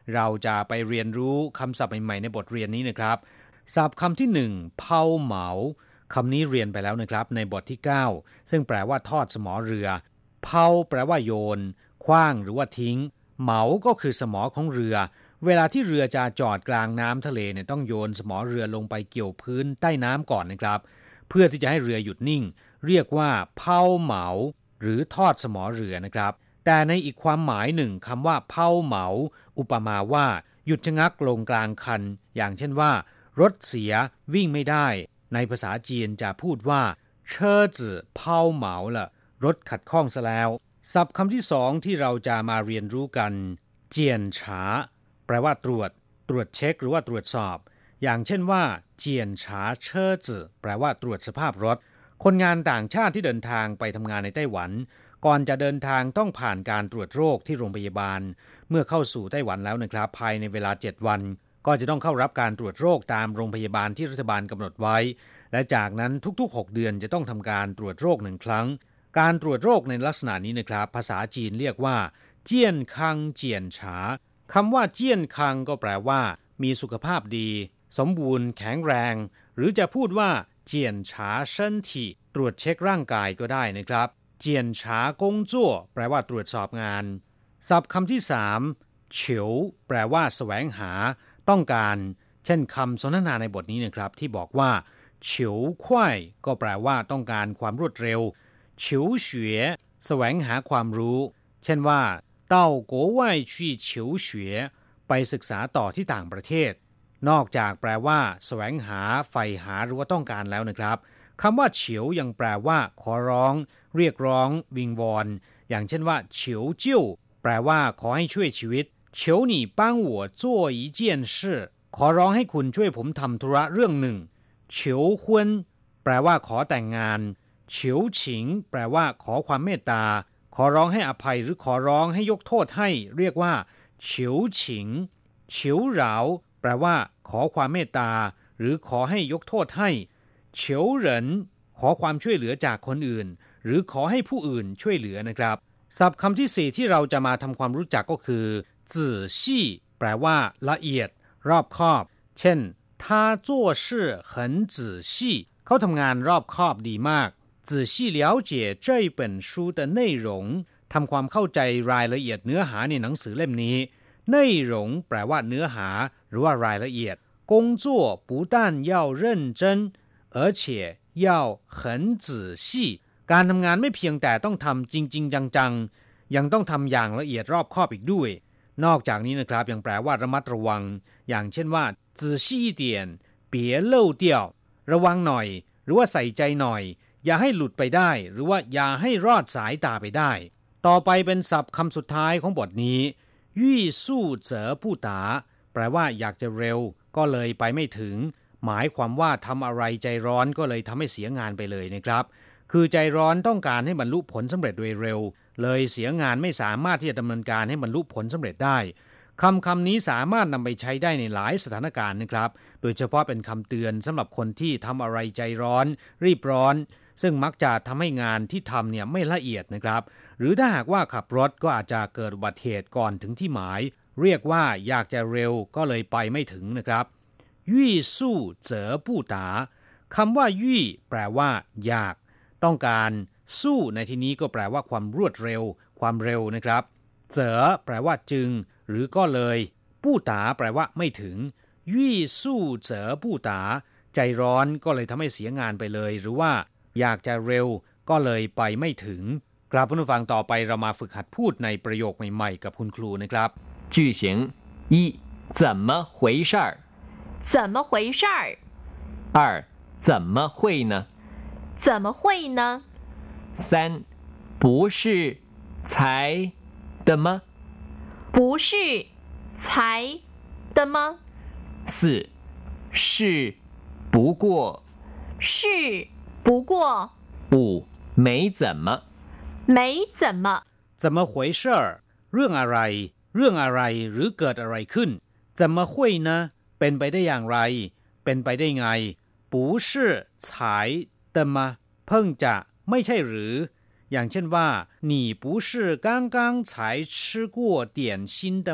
เราจะไปเรียนรู้คำศัพท์ใหม่ๆในบทเรียนนี้นะครับศัพท์คำที่1เผาเหมาคำนี้เรียนไปแล้วนะครับในบทที่9ซึ่งแปลว่าทอดสมอเรือเผาแปลว่าโยนขว้างหรือว่าทิ้งเหมาก็คือสมอของเรือเวลาที่เรือจะจอดกลางน้ำทะเลเนี่ยต้องโยนสมอเรือลงไปเกี่ยวพื้นใต้น้ำก่อนนะครับเพื่อที่จะให้เรือหยุดนิ่งเรียกว่าเผาเหมาหรือทอดสมอเรือนะครับแต่ในอีกความหมายหนึ่งคำว่าเผาเหมาอุปมาว่าหยุดชะงักลงกลางคันอย่างเช่นว่ารถเสียวิ่งไม่ได้ในภาษาจีนจะพูดว่าเช่อจื่อเผาเหมาละรถขัดข้องซะแล้วศัพท์คำที่สองที่เราจะมาเรียนรู้กันเจียนฉาแปลว่าตรวจเช็คหรือว่าตรวจสอบอย่างเช่นว่าเจียนฉาเช่อจื่อแปลว่าตรวจสภาพรถคนงานต่างชาติที่เดินทางไปทำงานในไต้หวันก่อนจะเดินทางต้องผ่านการตรวจโรคที่โรงพยาบาลเมื่อเข้าสู่ไต้หวันแล้วนะครับภายในเวลา7วันก็จะต้องเข้ารับการตรวจโรคตามโรงพยาบาลที่รัฐบาลกำหนดไว้และจากนั้นทุกๆ6เดือนจะต้องทำการตรวจโรค1ครั้งการตรวจโรคในลักษณะนี้นะครับภาษาจีนเรียกว่าเจี้ยนคังเจียนฉาคำว่าเจี้ยนคังก็แปลว่ามีสุขภาพดีสมบูรณ์แข็งแรงหรือจะพูดว่าเจียนฉาเซินถี่ตรวจเช็คร่างกายก็ได้นะครับเจียนฉากงจั่วแปลว่าตรวจสอบงานศัพท์คำที่3เฉียวแปลว่าแสวงหาต้องการเช่นคำสนทนาในบทนี้นะครับที่บอกว่าเฉียวควายก็แปลว่าต้องการความรวดเร็วเฉียวเฉวยแสวงหาความรู้เช่นว่า到国外去求学ไปศึกษาต่อที่ต่างประเทศนอกจากแปลว่าแสวงหาใฝ่หาหรือว่าต้องการแล้วนะครับคำว่าเฉียวยังแปลว่าขอร้องเรียกร้องวิงวอนอย่างเช่นว่าเฉียวจิ้วแปลว่าขอให้ช่วยชีวิตเฉียว你帮我做一件事ขอร้องให้คุณช่วยผมทำธุระเรื่องหนึ่งเฉียวฮุนแปลว่าขอแต่งงานเฉียวฉิงแปลว่าขอความเมตตาขอร้องให้อภัยหรือขอร้องให้ยกโทษให้เรียกว่าเฉียวฉิงเฉียวเหราแปลว่าขอความเมตตาหรือขอให้ยกโทษให้เฉียวเหรินขอความช่วยเหลือจากคนอื่นหรือขอให้ผู้อื่นช่วยเหลือนะครับศัพท์คำที่4ที่เราจะมาทำความรู้จักก็คือซื่อชี่แปลว่าละเอียดรอบคอบเช่น他做事很仔细เขาทำงานรอบคอบดีมาก仔细了解这本书的内容ทำความเข้าใจรายละเอียดเนื้อหาในหนังสือเล่มนี้内容แปลว่าเนื้อหาหรือว่ารายละเอียด工作不但要认真而且要很仔细การทำงานไม่เพียงแต่ต้องทำจริงๆจังๆยังต้องทำอย่างละเอียดรอบคอบอีกด้วยนอกจากนี้นะครับยังแปลว่าระมัดระวังอย่างเช่นว่า仔细一点别漏掉ระวังหน่อยหรือว่าใส่ใจหน่อยอย่าให้หลุดไปได้หรือว่าอย่าให้รอดสายตาไปได้ต่อไปเป็นศัพท์คำสุดท้ายของบทนี้ยี่สู้เจ๋อผู้ตาแปลว่าอยากจะเร็วก็เลยไปไม่ถึงหมายความว่าทำอะไรใจร้อนก็เลยทำให้เสียงานไปเลยนะครับคือใจร้อนต้องการให้บรรลุผลสำเร็จโดยเร็วเลยเสียงานไม่สามารถที่จะดำเนินการให้บรรลุผลสำเร็จได้คำนี้สามารถนำไปใช้ได้ในหลายสถานการณ์นะครับโดยเฉพาะเป็นคำเตือนสำหรับคนที่ทำอะไรใจร้อนรีบร้อนซึ่งมักจะทำให้งานที่ทำเนี่ยไม่ละเอียดนะครับหรือถ้าหากว่าขับรถก็อาจจะเกิดอุบัติเหตุก่อนถึงที่หมายเรียกว่าอยากจะเร็วก็เลยไปไม่ถึงนะครับยี่สู้เจ๋อผู้ตาคำว่ายี่แปลว่าอยากต้องการสู้ในที่นี้ก็แปลว่าความรวดเร็วความเร็วนะครับเจ๋อแปลว่าจึงหรือก็เลยผู้ตาแปลว่าไม่ถึงยี่สู้เจ๋อผู้ตาใจร้อนก็เลยทำให้เสียงานไปเลยหรือว่าอยากจะเร็วก็เลยไปไม่ถึงกลับผู้ฟังต่อไปเรามาฝึกหัดพูดในประโยคใหม่ๆกับคุณครูนะครับ句型一怎么回事儿怎么回事儿二怎么会呢怎么会呢三不是才的吗不是才的吗四是不过是不过五没怎么没怎么怎么回事เรื่องอะไรหรือเกิดอะไรขึ้น怎么会呢เป็นไปได้อย่างไรเป็นไปได้ไง不是才的吗เพิ่งจะไม่ใช่หรืออย่างเช่นว่า你不是刚刚才吃过点心的吗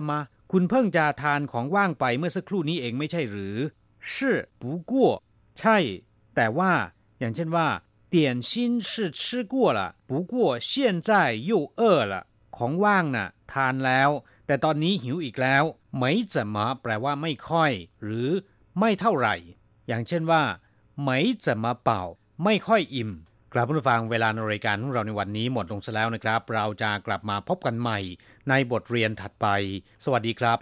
คุณเพิ่งจะทานของว่างไปเมื่อสักครู่นี้เองไม่ใช่หรือ是不过ใช่แต่ว่าอย่างเช่นว่า点心是吃过了不过现在又饿了ของว่างน่ะทานแล้วแต่ตอนนี้หิวอีกแล้วไม่怎么แปลว่าไม่ค่อยหรือไม่เท่าไหร่อย่างเช่นว่าไม่怎么饱ไม่ค่อยอิ่มครับผู้ฟังเวลาในรายการของเราในวันนี้หมดลงซะแล้วนะครับเราจะกลับมาพบกันใหม่ในบทเรียนถัดไปสวัสดีครับ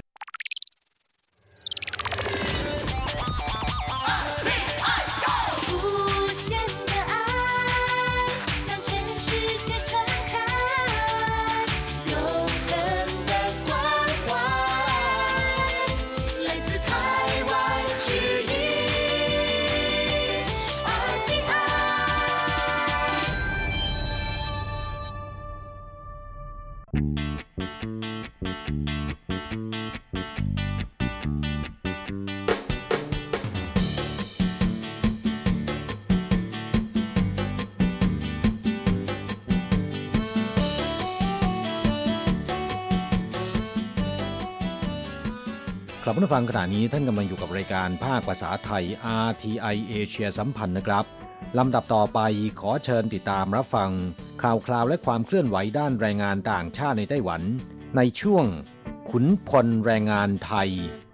ครับผู้ฟังขณะนี้ท่านกำลังอยู่กับรายการภาคภาษาไทย RTI เอเชียสัมพันธ์นะครับลำดับต่อไปขอเชิญติดตามรับฟังข่าวคราวและความเคลื่อนไหวด้านแรงงานต่างชาติในไต้หวันในช่วงขุนพลแรงงานไทย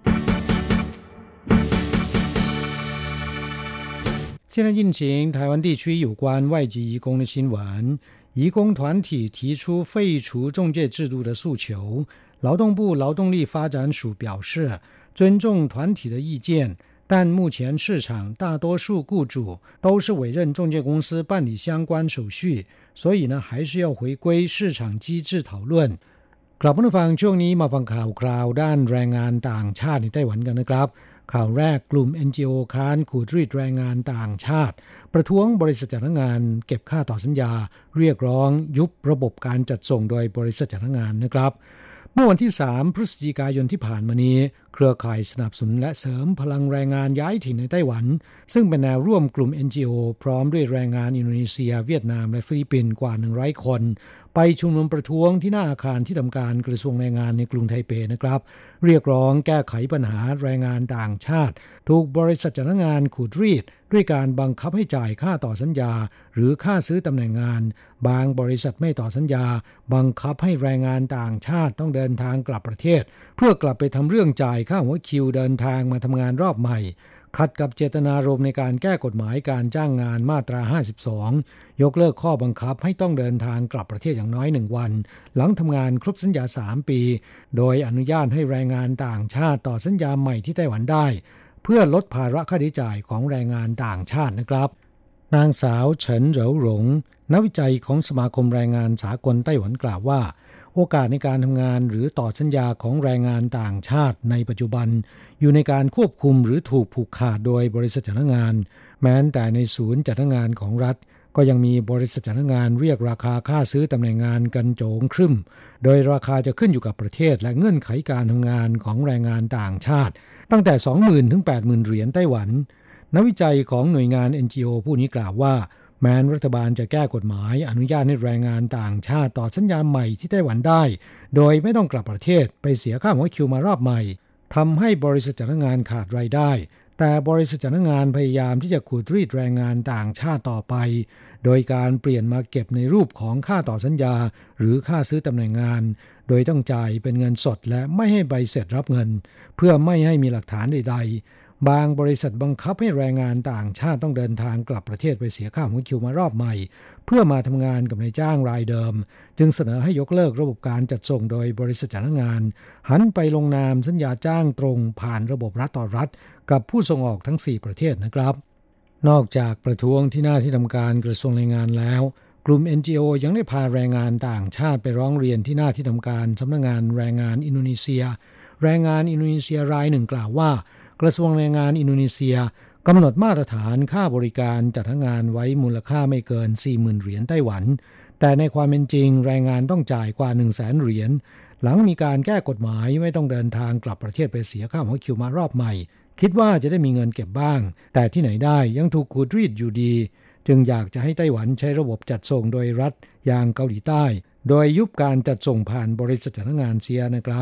现在进行台湾地区有关外籍移工的新闻。移工团体提出废除中介制度的诉求。劳动部劳动力发展署表示，尊重团体的意见，但目前市场大多数雇主都是委任中介公司办理相关手续，所以呢，还是要回归市场机制讨论。กลับมาฟังช่วงนี้มาฟังข่าวคราวด้านแรงงานต่างชาติในไต้หวันกันนะครับข่าวแรกกลุ่ม NGO ค้านขูดรีดแรงงานต่างชาติประท้วงบริษัทจ้างงานเก็บค่าต่อสัญญาเรียกร้องยุบระบบการจัดส่งโดยบริษัทจ้างงานนะครับเมื่อวันที่3พฤศจิกายนที่ผ่านมานี้เครือข่ายสนับสนุนและเสริมพลังแรงงานย้ายถิ่นในไต้หวันซึ่งเป็นแนวร่วมกลุ่ม NGO พร้อมด้วยแรงงานอินโดนีเซียเวียดนามและฟิลิปปินส์กว่า100คนไปชุมนุมประท้วงที่หน้าอาคารที่ทำการกระทรวงแรงงานในกรุงไทเปนะครับเรียกร้องแก้ไขปัญหาแรงงานต่างชาติถูกบริษัทจ้างงานขูดรีดด้วยการบังคับให้จ่ายค่าต่อสัญญาหรือค่าซื้อตำแหน่งงานบางบริษัทไม่ต่อสัญญาบังคับให้แรงงานต่างชาติต้องเดินทางกลับประเทศเพื่อกลับไปทำเรื่องจ่ายค่าหัวคิวเดินทางมาทำงานรอบใหม่ขัดกับเจตนารมณ์ในการแก้กฎหมายการจ้างงานมาตรา52ยกเลิกข้อบังคับให้ต้องเดินทางกลับประเทศอย่างน้อย1วันหลังทำงานครบสัญญา3ปีโดยอนุญาตให้แรงงานต่างชาติต่อสัญญาใหม่ที่ไต้หวันได้เพื่อลดภาระค่าใช้จ่ายของแรงงานต่างชาตินะครับนางสาวเฉินเหริวหลงนักวิจัยของสมาคมแรงงานสากลไต้หวันกล่าวว่าโอกาสในการทำงานหรือต่อสัญญาของแรงงานต่างชาติในปัจจุบันอยู่ในการควบคุมหรือถูกผูกขาดโดยบริษัทจ้างงานแม้แต่ในศูนย์จ้างงานของรัฐก็ยังมีบริษัทจ้างงานเรียกราคาค่าซื้อตำแหน่งงานกันโจงครึ่มโดยราคาจะขึ้นอยู่กับประเทศและเงื่อนไขการทำงานของแรงงานต่างชาติตั้งแต่ 20,000 ถึง 80,000 เหรียญไต้หวันนักวิจัยของหน่วยงาน NGO ผู้นี้กล่าวว่าแม้รัฐบาลจะแก้กฎหมายอนุญาตให้แรงงานต่างชาติต่อสัญญาใหม่ที่ไต้หวันได้โดยไม่ต้องกลับประเทศไปเสียค่าหัวคิวมารอบใหม่ทำให้บริษัทจ้างงานขาดรายได้แต่บริษัทจ้างงานพยายามที่จะขูดรีดแรงงานต่างชาติต่อไปโดยการเปลี่ยนมาเก็บในรูปของค่าต่อสัญญาหรือค่าซื้อตำแหน่งงานโดยต้องจ่ายเป็นเงินสดและไม่ให้ใบเสร็จรับเงินเพื่อไม่ให้มีหลักฐานใดๆบางบริษัทบังคับให้แรงงานต่างชาติต้องเดินทางกลับประเทศไปเสียค่าหัวคิวมารอบใหม่เพื่อมาทำงานกับนายจ้างรายเดิมจึงเสนอให้ยกเลิกระบบการจัดส่งโดยบริษัทจ้างงานหันไปลงนามสัญญาจ้างตรงผ่านระบบรัฐต่อรัฐกับผู้ส่งออกทั้ง4ประเทศนะครับนอกจากประท้วงที่หน้าที่ทำการกระทรวงแรงงานแล้วกลุ่ม NGO ยังได้พาแรงงานต่างชาติไปร้องเรียนที่หน้าที่ทำการสำนักงานแรงงานอินโดนีเซียแรงงานอินโดนีเซียรายหนึ่งกล่าวว่ากระทรวงแรงงานอินโดนีเซียกำหนดมาตรฐานค่าบริการจัดหางานไว้มูลค่าไม่เกิน 40,000 เหรียญไต้หวันแต่ในความเป็นจริงแรงงานต้องจ่ายกว่า 100,000 เหรียญหลังมีการแก้กฎหมายไม่ต้องเดินทางกลับประเทศไปเสียค่าหัวคิวมารอบใหม่คิดว่าจะได้มีเงินเก็บบ้างแต่ที่ไหนได้ยังถูกขูดรีดอยู่ดีจึงอยากจะให้ไต้หวันใช้ระบบจัดส่งโดยรัฐอย่างเกาหลีใต้โดยยุบการจัดส่งผ่านบริษัทจ้างงานเสียนะครับ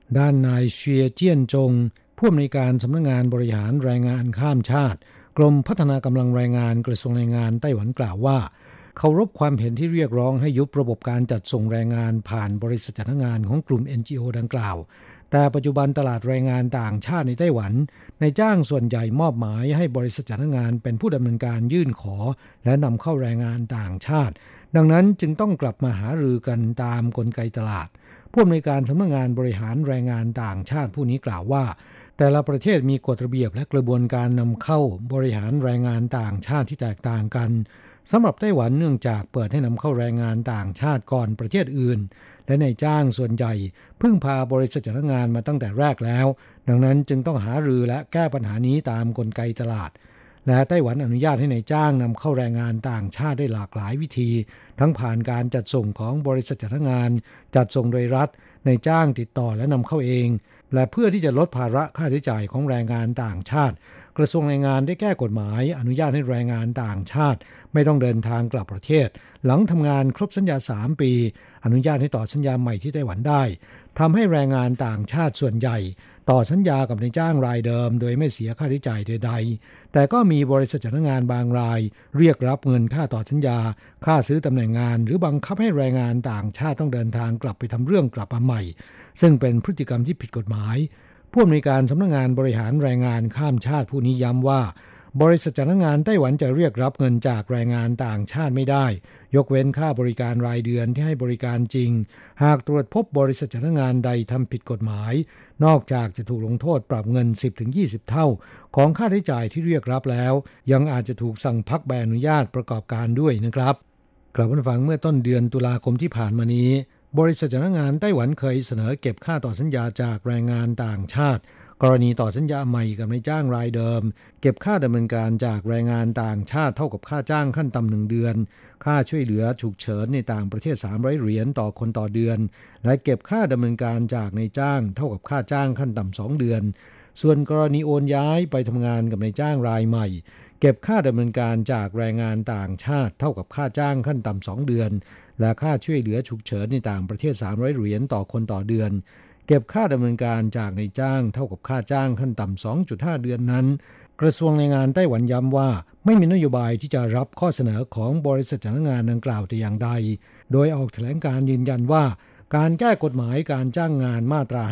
ด้านนายเชียเจี้ยนจงผู้อำนวยการสำนักงานบริหารแรงงานข้ามชาติกรมพัฒนากำลังแรงงานกระทรวงแรงงานไต้หวันกล่าวว่าเคารพความเห็นที่เรียกร้องให้ยุบระบบการจัดส่งแรงงานผ่านบริษัทจ้างงานของกลุ่ม NGO ดังกล่าวแต่ปัจจุบันตลาดแรงงานต่างชาติในไต้หวันในจ้างส่วนใหญ่มอบหมายให้บริษัทจ้างงานเป็นผู้ดำเนินการยื่นขอและนำเข้าแรงงานต่างชาติดังนั้นจึงต้องกลับมาหารือกันตามกลไกตลาดผู้อำนวยการสำนักงานบริหารแรงงานต่างชาติผู้นี้กล่าวว่าแต่ละประเทศมีกฎระเบียบและกระบวนการนำเข้าบริหารแรงงานต่างชาติที่แตกต่างกันสำหรับไต้หวันเนื่องจากเปิดให้นำเข้าแรงงานต่างชาติก่อนประเทศอื่นและนายจ้างส่วนใหญ่พึ่งพาบริษัทจ้างงานมาตั้งแต่แรกแล้วดังนั้นจึงต้องหารือและแก้ปัญหานี้ตามกลไกตลาดและไต้หวันอนุญาตให้นายจ้างนำเข้าแรงงานต่างชาติได้หลากหลายวิธีทั้งผ่านการจัดส่งของบริษัทจ้างงานจัดส่งโดยรัฐนายจ้างติดต่อและนำเข้าเองและเพื่อที่จะลดภาระค่าใช้จ่ายของแรงงานต่างชาติกระทรวงแรงงานได้แก้กฎหมายอนุญาตให้แรงงานต่างชาติไม่ต้องเดินทางกลับประเทศหลังทำงานครบสัญญา3ปีอนุญาตให้ต่อสัญญาใหม่ที่ไต้หวันได้ทำให้แรงงานต่างชาติส่วนใหญ่ต่อสัญญากับนายจ้างรายเดิมโดยไม่เสียค่าใช้จ่ายใดๆแต่ก็มีบริษัทจ้างงานบางรายเรียกรับเงินค่าต่อสัญญาค่าซื้อตำแหน่งงานหรือบังคับให้แรงงานต่างชาติต้องเดินทางกลับไปทำเรื่องกลับมาใหม่ซึ่งเป็นพฤติกรรมที่ผิดกฎหมายผู้อำนวยการสำนักงานบริหารแรงงานข้ามชาติผู้นี้ย้ำว่าบริษัทจ้างงานไต้หวันจะเรียกรับเงินจากแรงงานต่างชาติไม่ได้ยกเว้นค่าบริการรายเดือนที่ให้บริการจริงหากตรวจพบบริษัทจ้างงานใดทำผิดกฎหมายนอกจากจะถูกลงโทษปรับเงิน 10-20 เท่าของค่าใช้จ่ายที่เรียกรับแล้วยังอาจจะถูกสั่งพักใบอนุญาตประกอบการด้วยนะครับกลับมาฟังเมื่อต้นเดือนตุลาคมที่ผ่านมานี้บริษัทจ้างงานไต้หวันเคยเสนอเก็บค่าต่อสัญญาจากแรงงานต่างชาติกรณีต่อสัญญาใหม่กับนายจ้างรายเดิมเก็บค่าดำเนินการจากแรงงานต่างชาติเท่ากับค่าจ้างขั้นต่ำ1เดือนค่าช่วยเหลือฉุกเฉินในต่างประเทศ300เหรียญต่อคนต่อเดือนและเก็บค่าดำเนินการจากนายจ้างเท่ากับค่าจ้างขั้นต่ำ2เดือนส่วนกรณีโอนย้ายไปทำงานกับนายจ้างรายใหม่เก็บค่าดำเนินการจากแรงงานต่างชาติเท่ากับค่าจ้างขั้นต่ำ2เดือนและค่าช่วยเหลือฉุกเฉินในต่างประเทศ300เหรียญต่อคนต่อเดือนเก็บค่าดำเนินการจากนายจ้างเท่ากับค่าจ้างขั้นต่ำ 2.5 เดือนนั้นกระทรวงแรงงานไต้หวันย้ำว่าไม่มีนโยบายที่จะรับข้อเสนอของบริษัทจ้างงานดังกล่าวแต่อย่างใดโดยออกแถลงการยืนยันว่าการแก้กฎหมายการจ้างงานมาตรา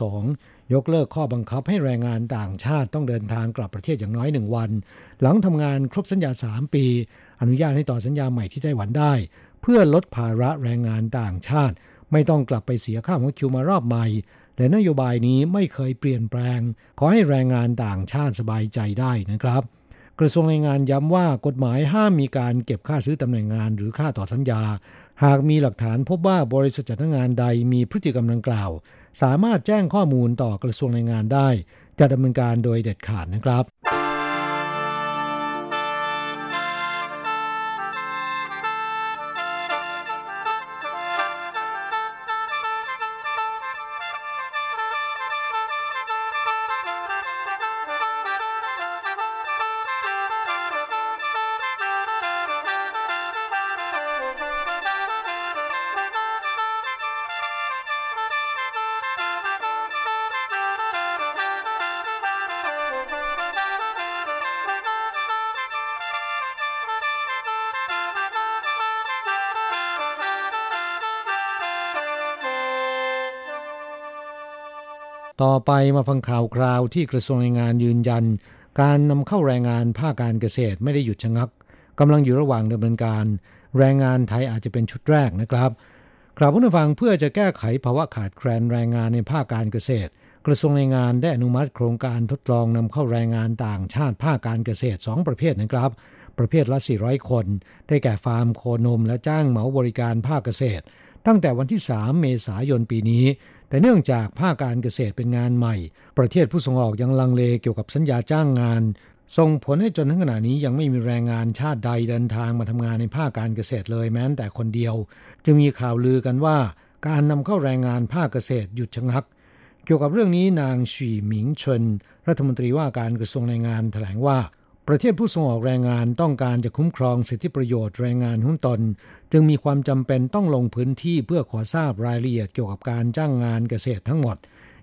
52 ยกเลิกข้อบังคับให้แรงงานต่างชาติต้องเดินทางกลับประเทศอย่างน้อย1วันหลังทำงานครบสัญญา3ปีอนุญาตให้ต่อสัญญาใหม่ที่ไต้หวันได้เพื่อลดภาระแรงงานต่างชาติไม่ต้องกลับไปเสียค่าหัวคิวมารอบใหม่และนโยบายนี้ไม่เคยเปลี่ยนแปลงขอให้แรงงานต่างชาติสบายใจได้นะครับกระทรวงแรงงานย้ำว่ากฎหมายห้ามมีการเก็บค่าซื้อตำแหน่งงานหรือค่าต่อสัญญาหากมีหลักฐานพบว่าบริษัทจ้างงานใดมีพฤติกรรมดังกล่าวสามารถแจ้งข้อมูลต่อกระทรวงแรงงานได้จะดำเนินการโดยเด็ดขาดนะครับต่อไปมาฟังข่าวคราวที่กระทรวงแรงงานยืนยันการนำเข้าแรงงานภาคการเกษตรไม่ได้หยุดชะงักกำลังอยู่ระหว่างดำเนินการแรงงานไทยอาจจะเป็นชุดแรกนะครับกล่าวผู้ฟังเพื่อจะแก้ไขภาวะขาดแคลนแรงงานในภาคการเกษตรกระทรวงแรงงานได้อนุมัติโครงการทดลองนำเข้าแรงงานต่างชาติภาคการเกษตร2ประเภทนะครับประเภทละ400คนได้แก่ฟาร์มโคนมและจ้างเหมาบริการภาคเกษตรตั้งแต่วันที่3เมษายนปีนี้แต่เนื่องจากภาคการเกษตรเป็นงานใหม่ประเทศผู้ส่งออกยังลังเลเกี่ยวกับสัญญาจ้างงานส่งผลให้จนถึงขณะนี้ยังไม่มีแรงงานชาติใดเดินทางมาทำงานในภาคการเกษตรเลยแม้แต่คนเดียวจึงมีข่าวลือกันว่าการนำเข้าแรงงานภาคเกษตรหยุดชะงักเกี่ยวกับเรื่องนี้นางฉีหมิงเฉินรัฐมนตรีว่าการกระทรวงแรงงานแถลงว่าประเทศผู้ส่งออกแรงงานต้องการจะคุ้มครองสิทธิประโยชน์แรงงานของตนจึงมีความจำเป็นต้องลงพื้นที่เพื่อขอทราบรายละเอียดเกี่ยวกับการจ้างงานเกษตรทั้งหมด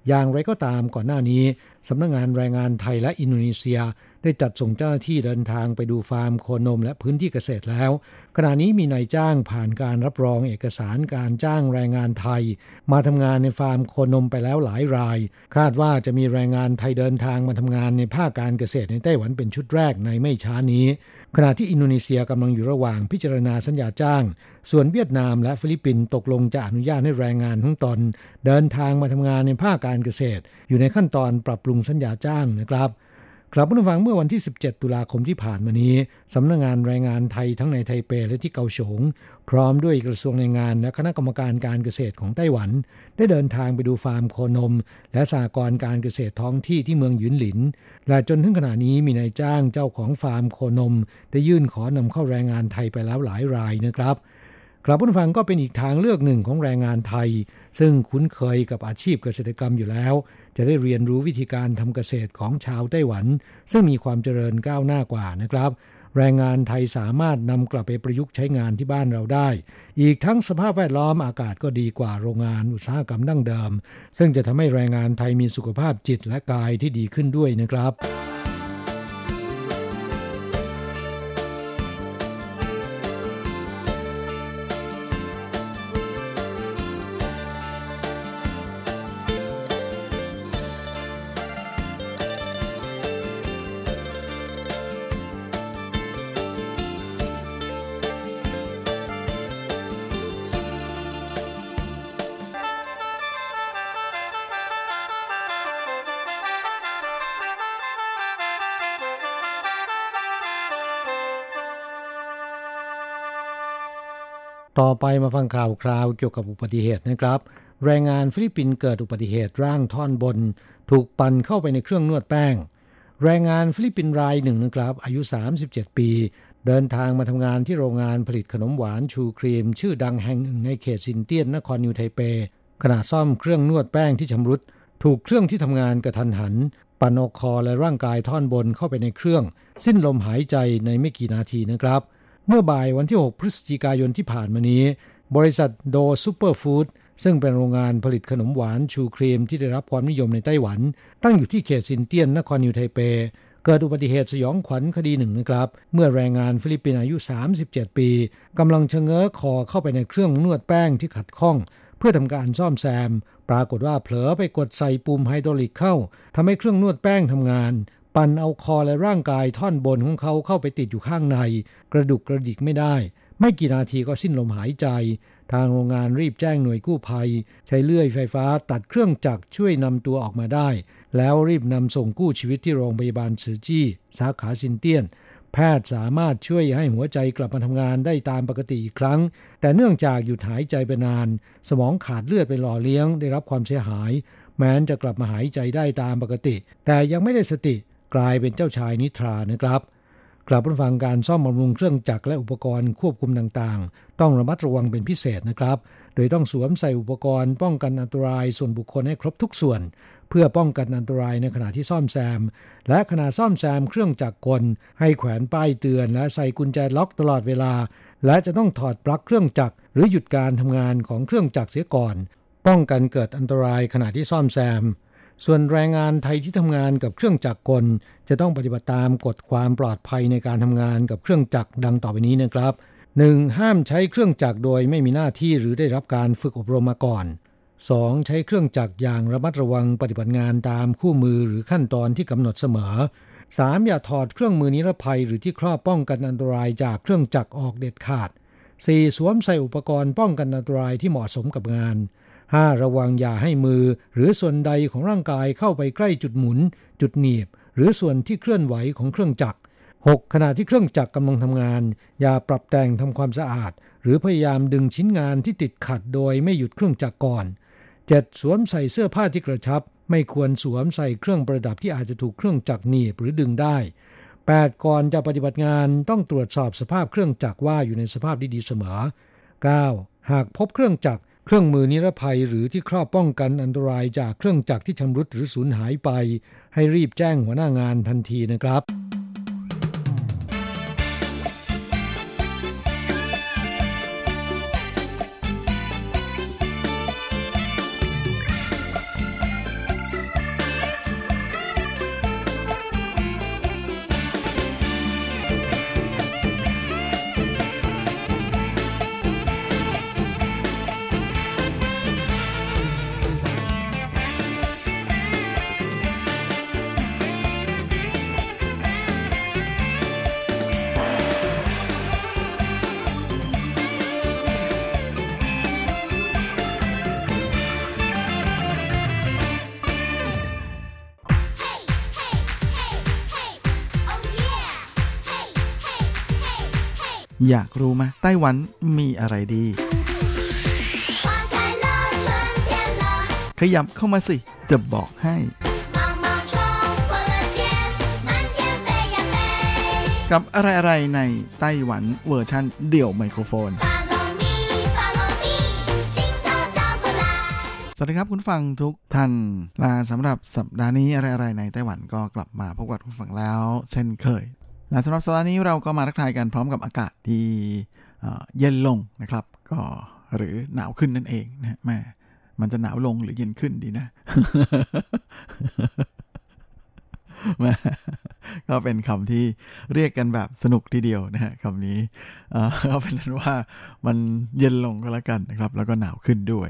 อย่างไรก็ตามก่อนหน้านี้สำนักงานแรงงานไทยและอินโดนีเซียได้จัดส่งเจ้าหน้าที่เดินทางไปดูฟาร์มโคนมและพื้นที่เกษตรแล้วขณะนี้มีนายจ้างผ่านการรับรองเอกสารการจ้างแรงงานไทยมาทำงานในฟาร์มโคนมไปแล้วหลายรายคาดว่าจะมีแรงงานไทยเดินทางมาทำงานในภาคการเกษตรในไต้หวันเป็นชุดแรกในไม่ช้านี้ขณะที่อินโดนีเซียกำลังอยู่ระหว่างพิจารณาสัญญาจ้างส่วนเวียดนามและฟิลิปปินส์ตกลงจะอนุญาตให้แรงงานของตนเดินทางมาทำงานในภาคการเกษตรอยู่ในขั้นตอนปรับปรุงสัญญาจ้างนะครับครับผู้ฟังเมื่อวันที่17ตุลาคมที่ผ่านมานี้สำนักงานแรงงานไทยทั้งในไทเปและที่เกาฉงพร้อมด้วยกระทรวงแรงงานและคณะกรรมการการเกษตรของไต้หวันได้เดินทางไปดูฟาร์มโคนมและสหกรณ์การเกษตรท้องที่ที่เมืองหยุนหลินและจนถึงขณะนี้มีนายจ้างเจ้าของฟาร์มโคนมได้ยื่นขอนำเข้าแรงงานไทยไปแล้วหลายรายนะครับครับผู้ฟังก็เป็นอีกทางเลือกหนึ่งของแรงงานไทยซึ่งคุ้นเคยกับอาชีพเกษตรกรรมอยู่แล้วจะได้เรียนรู้วิธีการทำเกษตรของชาวไต้หวันซึ่งมีความเจริญก้าวหน้ากว่านะครับแรงงานไทยสามารถนำกลับไปประยุกต์ใช้งานที่บ้านเราได้อีกทั้งสภาพแวดล้อมอากาศก็ดีกว่าโรงงานอุตสาหกรรมดั้งเดิมซึ่งจะทำให้แรงงานไทยมีสุขภาพจิตและกายที่ดีขึ้นด้วยนะครับต่อไปมาฟังข่าวคราวเกี่ยวกับอุบัติเหตุนะครับแรงงานฟิลิปปินส์เกิดอุบัติเหตุร่างท่อนบนถูกปั่นเข้าไปในเครื่องนวดแป้งแรงงานฟิลิปปินส์รายหนึ่งนะครับอายุ37ปีเดินทางมาทำงานที่โรงงานผลิตขนมหวานชูครีมชื่อดังแห่งหนึ่งในเขตซินเตี้ยนนครนิวไทเปขณะซ่อมเครื่องนวดแป้งที่ชำรุดถูกเครื่องที่ทำงานกระทันหันปั่นเอาคอและร่างกายท่อนบนเข้าไปในเครื่องสิ้นลมหายใจในไม่กี่นาทีนะครับเมื่อบ่ายวันที่6พฤศจิกายนที่ผ่านมานี้บริษัทโดซูเปอร์ฟู้ดซึ่งเป็นโรงงานผลิตขนมหวานชูครีมที่ได้รับความนิยมในไต้หวันตั้งอยู่ที่เขตซินเตี้ยนนครนิวไทเปเกิดอุบัติเหตุสยองขวัญคดีหนึ่งนะครับเมื่อแรงงานฟิลิปปินส์อายุ37ปีกำลังชะเง้อคอเข้าไปในเครื่องนวดแป้งที่ขัดข้องเพื่อทำการซ่อมแซมปรากฏว่าเผลอไปกดใส่ปุ่มไฮดรอลิกเข้าทำให้เครื่องนวดแป้งทำงานปั่นเอาคอและร่างกายท่อนบนของเขาเข้าไปติดอยู่ข้างในกระดุกกระดิกไม่ได้ไม่กี่นาทีก็สิ้นลมหายใจทางโรงงานรีบแจ้งหน่วยกู้ภัยใช้เลื่อยไฟฟ้าตัดเครื่องจักรช่วยนำตัวออกมาได้แล้วรีบนำส่งกู้ชีวิตที่โรงพยาบาลซือจี้สาขาซินเตี้ยนแพทย์สามารถช่วยให้หัวใจกลับมาทำงานได้ตามปกติอีกครั้งแต่เนื่องจากหยุดหายใจไปนานสมองขาดเลือดไปหล่อเลี้ยงได้รับความเสียหายแม้จะกลับมาหายใจได้ตามปกติแต่ยังไม่ได้สติกลายเป็นเจ้าชายนิทรานะครับกลับมาฟังการซ่อมบำรุงเครื่องจักรและอุปกรณ์ควบคุมต่างๆต้องระมัดระวังเป็นพิเศษนะครับโดยต้องสวมใส่อุปกรณ์ป้องกันอันตรายส่วนบุคคลให้ครบทุกส่วนเพื่อป้องกันอันตรายในขณะที่ซ่อมแซมและขณะซ่อมแซมเครื่องจักรกลให้แขวนป้ายเตือนและใส่กุญแจล็อกตลอดเวลาและจะต้องถอดปลั๊กเครื่องจักรหรือหยุดการทำงานของเครื่องจักรเสียก่อนป้องกันเกิดอันตรายขณะที่ซ่อมแซมส่วนแรงงานไทยที่ทำงานกับเครื่องจักรกลจะต้องปฏิบัติตามกฎความปลอดภัยในการทำงานกับเครื่องจักรดังต่อไปนี้นะครับ 1. ห้ามใช้เครื่องจักรโดยไม่มีหน้าที่หรือได้รับการฝึกอบรมมาก่อน 2. ใช้เครื่องจักรอย่างระมัดระวังปฏิบัติงานตามคู่มือหรือขั้นตอนที่กำหนดเสมอ 3. อย่าถอดเครื่องมือนิรภัยหรือที่ครอบป้องกันอันตรายจากเครื่องจักรออกเด็ดขาด 4. สวมใส่อุปกรณ์ป้องกันอันตรายที่เหมาะสมกับงาน 5. ระวังอย่าให้มือหรือส่วนใดของร่างกายเข้าไปใกล้จุดหมุนจุดหนีบหรือส่วนที่เคลื่อนไหวของเครื่องจักร 6. ขณะที่เครื่องจักรกำลังทำงานอย่าปรับแต่งทำความสะอาดหรือพยายามดึงชิ้นงานที่ติดขัดโดยไม่หยุดเครื่องจักรก่อน 7. สวมใส่เสื้อผ้าที่กระชับไม่ควรสวมใส่เครื่องประดับที่อาจจะถูกเครื่องจักรหนีบหรือดึงได้ 8. ก่อนจะปฏิบัติงานต้องตรวจสอบสภาพเครื่องจักรว่าอยู่ในสภาพดีๆเสมอ 9. หากพบเครื่องจักรเครื่องมือนิรภัยหรือที่ครอบป้องกันอันตรายจากเครื่องจักรที่ชำรุดหรือสูญหายไปให้รีบแจ้งหัวหน้างานทันทีนะครับอยากรู้ไหมไต้หวันมีอะไรดีขยับเข้ามาสิจะบอกให้กับอะไรๆในไต้หวันเวอร์ชันเดี่ยวไมโครโฟนสวัสดีครับคุณฟังทุกท่านและสำหรับสัปดาห์นี้อะไรๆในไต้หวันก็กลับมาพบกับคุณฟังแล้วเช่นเคยและสำหรับสัปดาห์นี้เราก็มาทักทายกันพร้อมกับอากาศที่เย็นลงนะครับก็หรือหนาวขึ้นนั่นเองนะแม่มันจะหนาวลงหรือเย็นขึ้นดีนะ ก็เป็นคำที่เรียกกันแบบสนุกทีเดียวนะฮะคำนี้ก็เป็นนั้นว่ามันเย็นลงก็แล้วกันนะครับแล้วก็หนาวขึ้นด้วย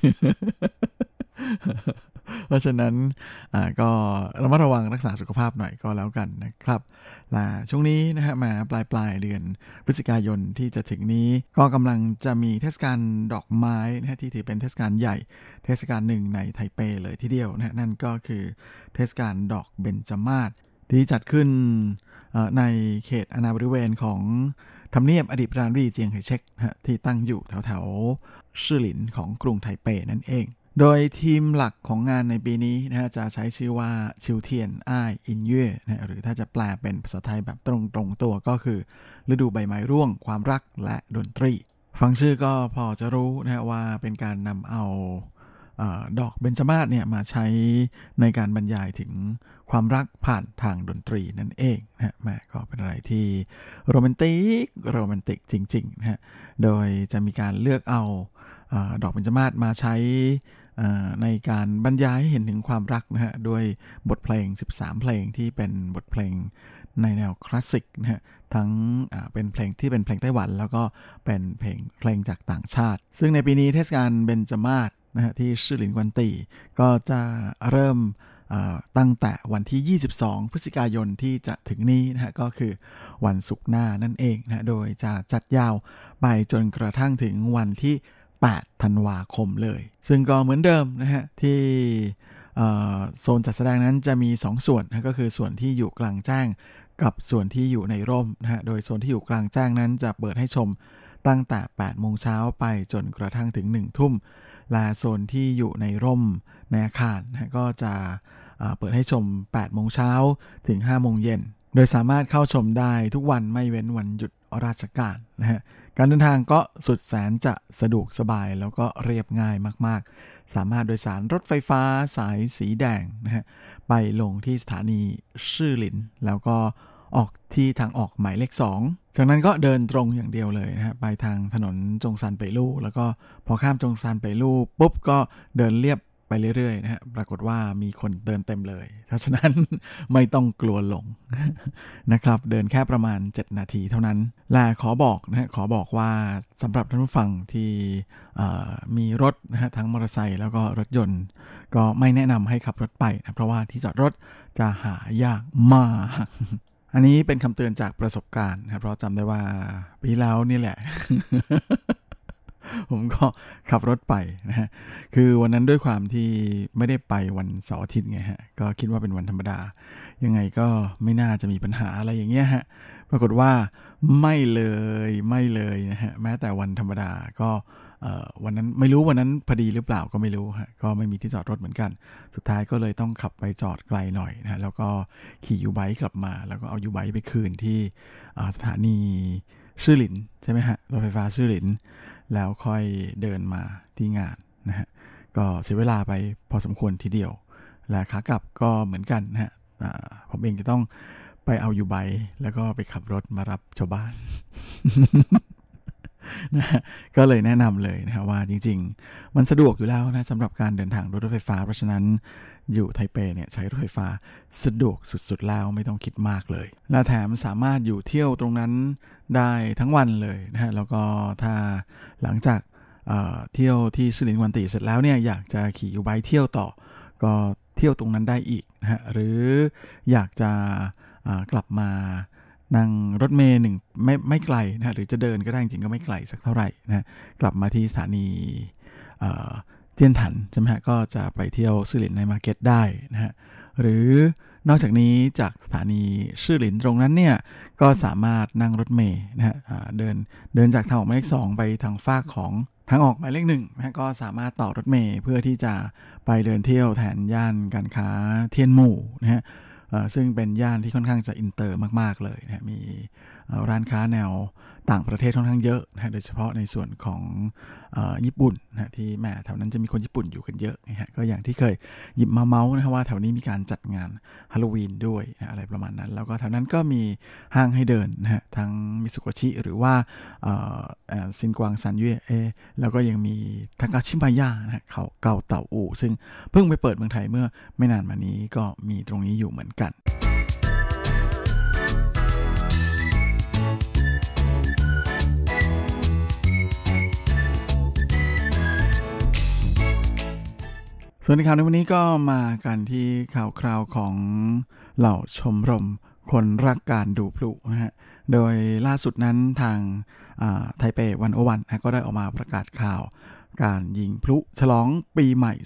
เพราะฉะนั้นก็ระมัดระวังรักษาสุขภาพหน่อยก็แล้วกันนะครับและช่วงนี้นะฮะมาปลายเดือนพฤศจิกายนที่จะถึงนี้ก็กำลังจะมีเทศกาลดอกไม้นะฮะที่ถือเป็นเทศกาลใหญ่เทศกาลหนึ่งในไทเปเลยทีเดียวนะฮะนั่นก็คือเทศกาลดอกเบญจมาศที่จัดขึ้นในเขตอาณาบริเวณของทำเนียบอดีตประธานาธิบดีเจียงไคเชกนะฮะที่ตั้งอยู่แถวซื่อหลินของกรุงไทเปนั่นเองโดยทีมหลักของงานในปีนี้นะฮะจะใช้ชื่อว่าชิวเทียนอ้ายอินเย่นะหรือถ้าจะแปลเป็นภาษาไทยแบบตรงตัวก็คือฤดูใบไม้ร่วงความรักและดนตรีฟังชื่อก็พอจะรู้นะฮะว่าเป็นการนำเอาดอกเบญจมาศเนี่ยมาใช้ในการบรรยายถึงความรักผ่านทางดนตรีนั่นเองนะฮะแม่ก็เป็นอะไรที่โรแมนติกจริงๆนะฮะโดยจะมีการเลือกเอาดอกเบญจมาศมาใช้ในการบรรยายให้เห็นถึงความรักนะฮะด้วยบทเพลง13เพลงที่เป็นบทเพลงในแนวคลาสสิกนะฮะทั้งเป็นเพลงที่เป็นเพลงไต้หวันแล้วก็เป็นเพลงจากต่างชาติซึ่งในปีนี้เทศกาลเบญจมาศนะฮะที่ซื่อหลินกวนตีก็จะเริ่มตั้งแต่วันที่22พฤศจิกายนที่จะถึงนี้นะฮะก็คือวันศุกร์หน้านั่นเองนะโดยจะจัดยาวไปจนกระทั่งถึงวันที่8ธันวาคมเลยซึ่งก็เหมือนเดิมนะฮะที่โซนจัดแสดงนั้นจะมี2ส่วนนะก็คือส่วนที่อยู่กลางแจ้งกับส่วนที่อยู่ในร่มนะฮะโดยโซนที่อยู่กลางแจ้งนั้นจะเปิดให้ชมตั้งแต่ 8 โมงเช้าไปจนกระทั่งถึง 1 ทุ่มและโซนที่อยู่ในร่มในอาคารนะก็จะเปิดให้ชม 8 โมงเช้าถึง 5 โมงเย็นโดยสามารถเข้าชมได้ทุกวันไม่เว้นวันหยุดราชการนะฮะการเดินทางก็สุดแสนจะสะดวกสบายแล้วก็เรียบง่ายมากๆสามารถโดยสารรถไฟฟ้าสายสีแดงนะฮะไปลงที่สถานีซื่อหลินแล้วก็ออกที่ทางออกหมายเลข2จากนั้นก็เดินตรงอย่างเดียวเลยนะฮะไปทางถนนจงซานไปลู่แล้วก็พอข้ามจงซานไปลู่ปุ๊บก็เดินเรียบไปเรื่อยๆนะฮะปรากฏว่ามีคนเดินเต็มเลยเพราะฉะนั้นไม่ต้องกลัวหลงนะครับเดินแค่ประมาณ7นาทีเท่านั้นและขอบอกว่าสำหรับท่านผู้ฟังที่มีรถนะฮะทั้งมอเตอร์ไซค์แล้วก็รถยนต์ก็ไม่แนะนำให้ขับรถไปนะเพราะว่าที่จอดรถจะหายากมากอันนี้เป็นคำเตือนจากประสบการณ์นะเพราะจำได้ว่าปีแล้วนี่แหละ ผมก็ขับรถไปนะฮะคือวันนั้นด้วยความที่ไม่ได้ไปวันเสาร์อาทิตย์ไงฮะก็คิดว่าเป็นวันธรรมดายังไงก็ไม่น่าจะมีปัญหาอะไรอย่างเงี้ยฮะปรากฏว่าไม่เลยนะฮะแม้แต่วันธรรมดาก็วันนั้นไม่รู้วันนั้นพอดีหรือเปล่าก็ไม่รู้ฮะก็ไม่มีที่จอดรถเหมือนกันสุดท้ายก็เลยต้องขับไปจอดไกลหน่อยนะฮะแล้วก็ขี่ยูไบค์กลับมาแล้วก็เอายูไบค์ไปคืนที่สถานีซื่อหลินใช่ไหมฮะรถไฟฟ้าซื่อหลินแล้วค่อยเดินมาที่งานนะฮะก็เสียเวลาไปพอสมควรทีเดียวและขากลับก็เหมือนกันนะฮะผมเองจะต้องไปเอายูไบค์แล้วก็ไปขับรถมารับชาวบ้าน นะก็เลยแนะนำเลยนะว่าจริงๆมันสะดวกอยู่แล้วนะสำหรับการเดินทางรถไฟฟ้าเพราะฉะนั้นอยู่ไทเปเนี่ยใช้รถไฟฟ้าสะดวกสุดๆแล้วไม่ต้องคิดมากเลยและแถมสามารถอยู่เที่ยวตรงนั้นได้ทั้งวันเลยนะฮะแล้วก็ถ้าหลังจากเที่ยวที่ซื่อหลินกวนตีเสร็จแล้วเนี่ยอยากจะขี่ยูไบค์เที่ยวต่อก็เที่ยวตรงนั้นได้อีกนะฮะหรืออยากจะกลับมานั่งรถเมล์ไม่ไกลนะฮะหรือจะเดินก็ได้จริงๆก็ไม่ไกลสักเท่าไหร่นะฮะกลับมาที่สถานีเจียนถันใช่ไหมฮะก็จะไปเที่ยวซื่อหลินในมาร์เก็ตได้นะฮะหรือนอกจากนี้จากสถานีชื่อหลินตรงนั้นเนี่ยก็สามารถนั่งรถเมล์นะฮะเดินจากทางออกหมายเลข2ไปทางฝากของทางออกหมายเลข1นะฮะก็สามารถต่อรถเมล์เพื่อที่จะไปเดินเที่ยวแถนย่านการค้าเทียนหมู่นะฮะซึ่งเป็นย่านที่ค่อนข้างจะอินเตอร์มากๆเลยนะมีร้านค้าแนวต่างประเทศค่อนข้างเยอะนะโดยเฉพาะในส่วนของญี่ปุ่นนะที่แม่แถวนั้นจะมีคนญี่ปุ่นอยู่กันเยอะนะฮะก็อย่างที่เคยหยิบมาเมาส์นะครับว่าแถวนี้มีการจัดงานฮาโลวีนด้วยนะอะไรประมาณนั้นแล้วก็แถวนั้นก็มีห้างให้เดินนะฮะทั้งมิซุโกชิหรือว่าซินกวางซันยุเอแล้วก็ยังมีทากาชิมายะนะฮะเขาเกาเต่าอู่ซึ่งเพิ่งไปเปิดเมืองไทยเมื่อไม่นานมานี้ก็มีตรงนี้อยู่เหมือนกันส่วนในข่าวในวันนี้ก็มากันที่ข่าวคราวของเหล่าชมรมคนรักการดูพลุนะฮะโดยล่าสุดนั้นทางไทเป101ก็ได้ออกมาประกาศข่าวการยิงพลุฉลองปีใหม่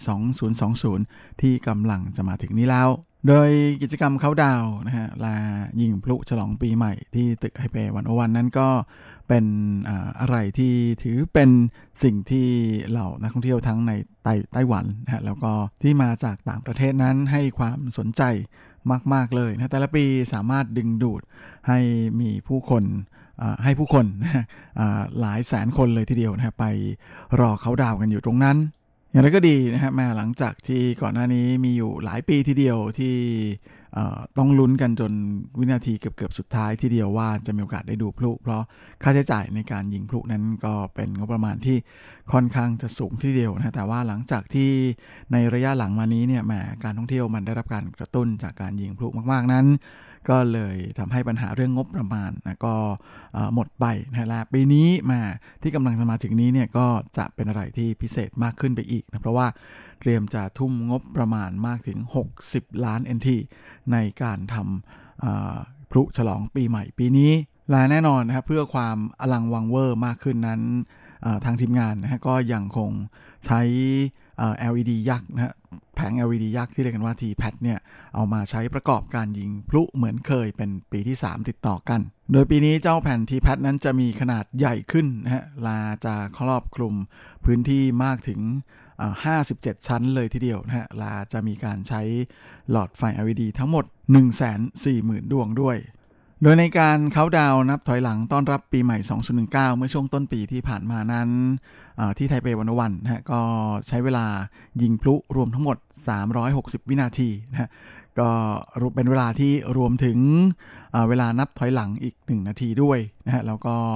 2020ที่กำลังจะมาถึงนี้แล้วโดยกิจกรรมเค้าดาวน์นะฮะและยิงพลุฉลองปีใหม่ที่ตึกไทเป101นั้นก็เป็นอะไรที่ถือเป็นสิ่งที่เหล่านักท่องเที่ยวทั้งในไต้หวันนะแล้วก็ที่มาจากต่างประเทศนั้นให้ความสนใจมากๆเลยนะแต่ละปีสามารถดึงดูดให้มีผู้คนให้ผู้คนหลายแสนคนเลยทีเดียวนะไปรอเขาดาวกันอยู่ตรงนั้นอย่างไรก็ดีนะฮะแม้หลังจากที่ก่อนหน้านี้มีอยู่หลายปีทีเดียวที่ต้องลุ้นกันจนวินาทีเกือบสุดท้ายทีเดียวว่าจะมีโอกาสได้ดูพลุเพราะค่าใช้จ่ายในการยิงพลุนั้นก็เป็นงบประมาณที่ค่อนข้างจะสูงทีเดียวนะแต่ว่าหลังจากที่ในระยะหลังมานี้เนี่ยแม้การท่องเที่ยวมันได้รับการกระตุ้นจากการยิงพลุมากๆนั้นก็เลยทำให้ปัญหาเรื่องงบประมาณนะก็หมดไปนะและปีนี้มาที่กำลังจะมาถึงนี้เนี่ยก็จะเป็นอะไรที่พิเศษมากขึ้นไปอีกนะเพราะว่าเตรียมจะทุ่มงบประมาณมากถึง60ล้าน NT ในการทำพลุฉลองปีใหม่ปีนี้และแน่นอนนะครับเพื่อความอลังวังเวอร์มากขึ้นนั้นทางทีมงานนะฮะก็ยังคงใช้ LED ยักษ์นะฮะแผง LED ยักษ์ที่เรียกกันว่า T-Pad เนี่ยเอามาใช้ประกอบการยิงพลุเหมือนเคยเป็นปีที่3ติดต่อกันโดยปีนี้เจ้าแผ่น T-Pad นั้นจะมีขนาดใหญ่ขึ้นนะฮะและจะครอบคลุมพื้นที่มากถึง57ชั้นเลยทีเดียวนะฮะและจะมีการใช้หลอดไฟ LED ทั้งหมด 140,000 ดวงด้วยโดยในการเค้าดาวน์นับถอยหลังต้อนรับปีใหม่2019เมื่อช่วงต้นปีที่ผ่านมานั้นที่ไทเป101นะฮะก็ใช้เวลายิงพลุรวมทั้งหมด360วินาทีนะฮะก็เป็นเวลาที่รวมถึงเวลานับถอยหลังอีก1นาทีด้วยนะฮะแล้วก็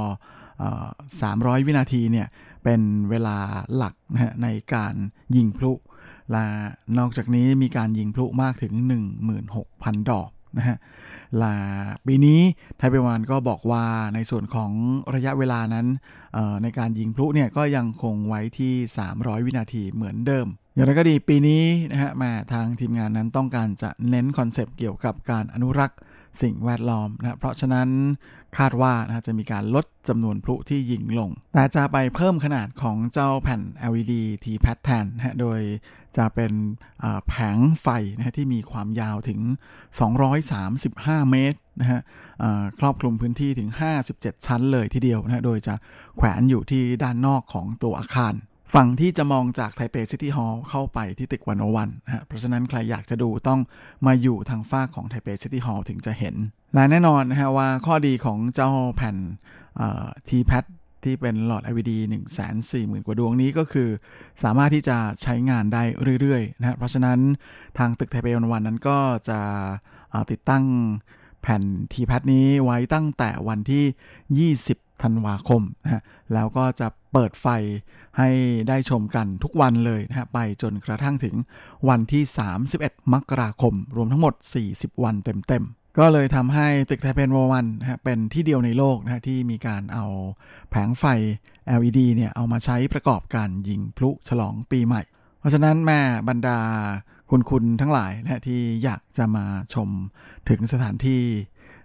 300วินาทีเนี่ยเป็นเวลาหลักนะฮะในการยิงพลุและนอกจากนี้มีการยิงพลุมากถึง 16,000 ดอกนะฮะและปีนี้ไทเปวันก็บอกว่าในส่วนของระยะเวลานั้นในการยิงพลุเนี่ยก็ยังคงไว้ที่300วินาทีเหมือนเดิมอย่างไรก็ดีปีนี้นะฮะมาทางทีมงานนั้นต้องการจะเน้นคอนเซปต์เกี่ยวกับการอนุรักษ์สิ่งแวดล้อมนะเพราะฉะนั้นคาดว่านะจะมีการลดจำนวนพลุที่ยิงลงแต่จะไปเพิ่มขนาดของเจ้าแผ่น LED T-Pad แทนนะโดยจะเป็นแผงไฟนะที่มีความยาวถึง235เมตรนะฮะครอบคลุมพื้นที่ถึง57ชั้นเลยทีเดียวนะโดยจะแขวนอยู่ที่ด้านนอกของตัวอาคารฝั่งที่จะมองจากไทเปซิตี้ฮอลล์เข้าไปที่ตึก101นะฮะเพราะฉะนั้นใครอยากจะดูต้องมาอยู่ทางฝั่งของไทเปซิตี้ฮอลล์ถึงจะเห็นและแน่นอนนะฮะว่าข้อดีของเจ้าแผ่นT-Pad ที่เป็นหลอด LED 140,000 กว่าดวงนี้ก็คือสามารถที่จะใช้งานได้เรื่อยๆนะเพราะฉะนั้นทางตึกไทเป101นั้นก็จะติดตั้งแผ่น T-Pad นี้ไว้ตั้งแต่วันที่20ธันวาคมนะฮะแล้วก็จะเปิดไฟให้ได้ชมกันทุกวันเลยนะฮะไปจนกระทั่งถึงวันที่31มกราคมรวมทั้งหมด40วันเต็มๆก็เลยทำให้ตึกไทเป101นะฮะเป็นที่เดียวในโลกนะฮะที่มีการเอาแผงไฟ LED เนี่ยเอามาใช้ประกอบการยิงพลุฉลองปีใหม่เพราะฉะนั้นแม่บรรดาคุณทั้งหลายนะฮะที่อยากจะมาชมถึงสถานที่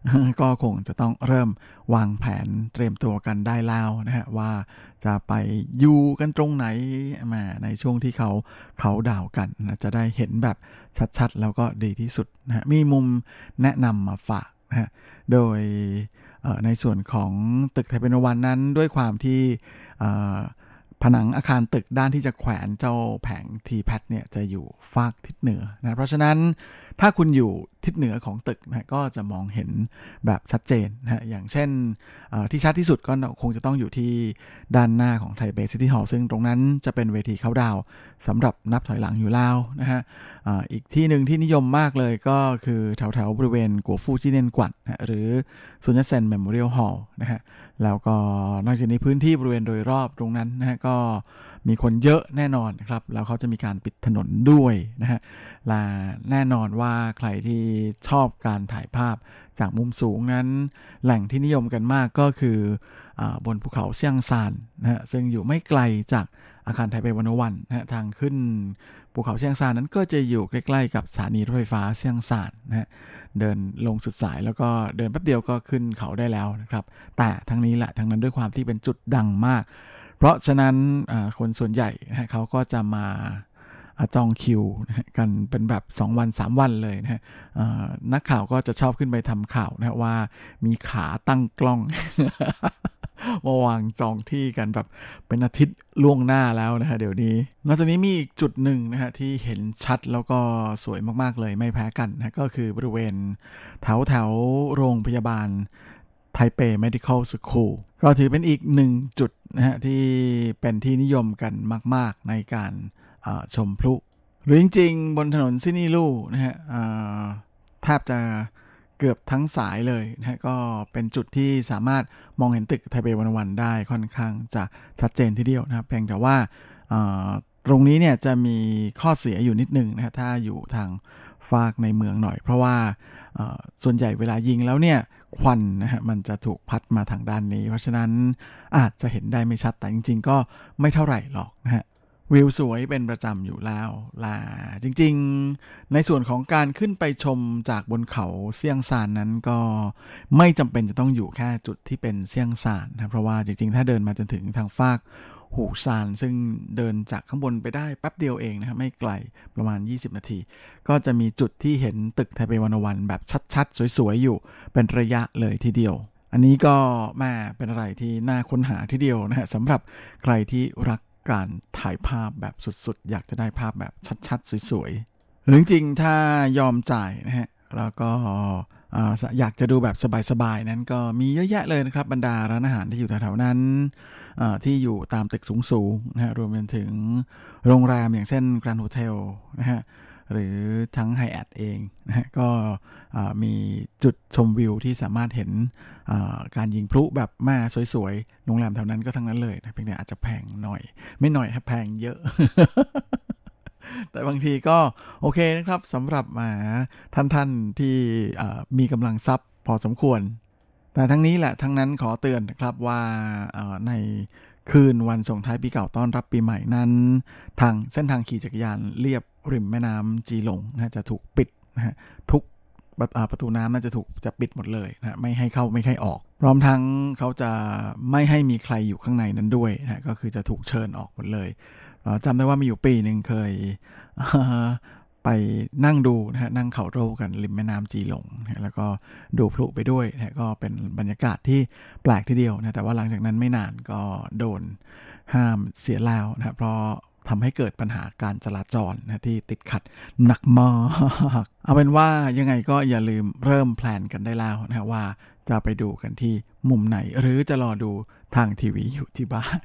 ก็คงจะต้องเริ่มวางแผนเตรียมตัวกันได้แล้วนะฮะว่าจะไปอยู่กันตรงไหนมาในช่วงที่เขาดาวกันนะจะได้เห็นแบบชัดๆแล้วก็ดีที่สุดนะฮะมีมุมแนะนำมาฝากนะฮะโดยในส่วนของตึกไทเป1นั้นด้วยความที่ผนังอาคารตึกด้านที่จะแขวนเจ้าแผง T-pad เนี่ยจะอยู่ฝากทิศเหนือนะเพราะฉะนั้นถ้าคุณอยู่ทิศเหนือของตึกนะก็จะมองเห็นแบบชัดเจนนะอย่างเช่นที่ชัดที่สุดก็คงจะต้องอยู่ที่ด้านหน้าของไทเปซิตี้ฮอลล์ซึ่งตรงนั้นจะเป็นเวทีเข้าดาวสำหรับนับถอยหลังอยู่แล้วนะฮะอีกที่หนึ่งที่นิยมมากเลยก็คือแถวๆบริเวณกัวฟู่จี้เนียนกวัดนะหรือซุนยัตเซ็นเมโมเรียลฮอลล์นะฮะแล้วก็นอกจากนี้พื้นที่บริเวณโดยรอบตรงนั้นนะฮะก็มีคนเยอะแน่นอนนะครับแล้วเขาจะมีการปิดถนนด้วยนะฮะและแน่นอนว่าใครที่ชอบการถ่ายภาพจากมุมสูงนั้นแหล่งที่นิยมกันมากก็คือบนภูเขาเซี่ยงซานนะฮะซึ่งอยู่ไม่ไกลจากอาคารไทเป101นะฮะทางขึ้นภูเขาเซี่ยงซานนั้นก็จะอยู่ใกล้ๆกับสถานีรถไฟฟ้าเซี่ยงซานนะฮะเดินลงสุดสายแล้วก็เดินแป๊บเดียวก็ขึ้นเขาได้แล้วนะครับแต่ทั้งนี้แหละทั้งนั้นด้วยความที่เป็นจุดดังมากเพราะฉะนั้นคนส่วนใหญ่นะฮะเขาก็จะมาจองคิวนะกันเป็นแบบ2วัน3วันเลยนะฮะนักข่าวก็จะชอบขึ้นไปทำข่าวนะว่ามีขาตั้งกล้อง มาวางจองที่กันแบบเป็นอาทิตย์ล่วงหน้าแล้วนะฮะเดี๋ยวนี้นอกจากนี้มีอีกจุดหนึ่งนะฮะที่เห็นชัดแล้วก็สวยมากๆเลยไม่แพ้กันนะก็คือบริเวณแถวโรงพยาบาลไทเป Medical School ก็ถือเป็นอีกหนึ่งจุดนะฮะที่เป็นที่นิยมกันมากๆในการชมพลุหรือจริงๆบนถนนซินีลู่นะฮะแทบจะเกือบทั้งสายเลยนะฮะก็เป็นจุดที่สามารถมองเห็นตึกไทเป101ได้ค่อนข้างจะชัดเจนทีเดียวนะครับเพียงแต่ว่าตรงนี้เนี่ยจะมีข้อเสียอยู่นิดนึงนะฮะถ้าอยู่ทางฝากในเมืองหน่อยเพราะว่าส่วนใหญ่เวลายิงแล้วเนี่ยควันนะฮะมันจะถูกพัดมาทางด้านนี้เพราะฉะนั้นอาจจะเห็นได้ไม่ชัดแต่จริงๆก็ไม่เท่าไหร่หรอกนะฮะวิวสวยเป็นประจำอยู่แล้วล่ะจริงๆในส่วนของการขึ้นไปชมจากบนเขาเซี่ยงซานนั้นก็ไม่จำเป็นจะต้องอยู่แค่จุดที่เป็นเซี่ยงซานนะเพราะว่าจริงๆถ้าเดินมาจนถึงทางฝากหูซานซึ่งเดินจากข้างบนไปได้แป๊บเดียวเองนะครับไม่ไกลประมาณ20นาทีก็จะมีจุดที่เห็นตึกไทเป101แบบชัดๆสวยๆอยู่เป็นระยะเลยทีเดียวอันนี้ก็มาเป็นอะไรที่น่าค้นหาทีเดียวนะฮะสำหรับใครที่รักการถ่ายภาพแบบสุดๆอยากจะได้ภาพแบบชัดๆสวยๆหรือจริงๆถ้ายอมจ่ายนะฮะแล้วก็อยากจะดูแบบสบายๆนั้นก็มีเยอะแยะเลยนะครับบรรดาร้านอาหารที่อยู่แถวๆนั้นที่อยู่ตามตึกสูงๆนะฮะรวมไปถึงโรงแรมอย่างเช่น Grand Hotel นะฮะหรือทั้ง Hyatt เองนะฮะก็มีจุดชมวิวที่สามารถเห็นการยิงพลุแบบมาสวยๆโรงแรมแถวนั้นก็ทั้งนั้นเลยนะเพียงแต่อาจจะแพงหน่อยไม่หน่อยแพงเยอะ แต่บางทีก็โอเคนะครับสำหรับท่านที่มีกำลังทรัพย์พอสมควรแต่ทั้งนี้แหละทั้งนั้นขอเตือนนะครับว่าในคืนวันส่งท้ายปีเก่าต้อนรับปีใหม่นั้นทางเส้นทางขี่จักรยานเลียบริมแม่น้ำจีหลงนะจะถูกปิดนะฮะทุกประตูน้ำน่าจะปิดหมดเลยนะไม่ให้เข้าไม่ให้ออกพร้อมทั้งเขาจะไม่ให้มีใครอยู่ข้างในนั้นด้วยนะก็คือจะถูกเชิญออกหมดเลยจำได้ว่ามีอยู่ปีหนึ่งเคยไปนั่งดูนะฮะนั่งเข่าโร่กันริมแม่น้ำจีหลงนะแล้วก็ดูพลุไปด้วยนะก็เป็นบรรยากาศที่แปลกทีเดียวนะแต่ว่าหลังจากนั้นไม่นานก็โดนห้ามเสียแล้วนะเพราะทำให้เกิดปัญหาการจราจรนะที่ติดขัดหนักมากเอาเป็นว่ายังไงก็อย่าลืมเริ่มแพลนกันได้แล้วนะว่าจะไปดูกันที่มุมไหนหรือจะรอดูทางทีวีอยู่ที่บ้าน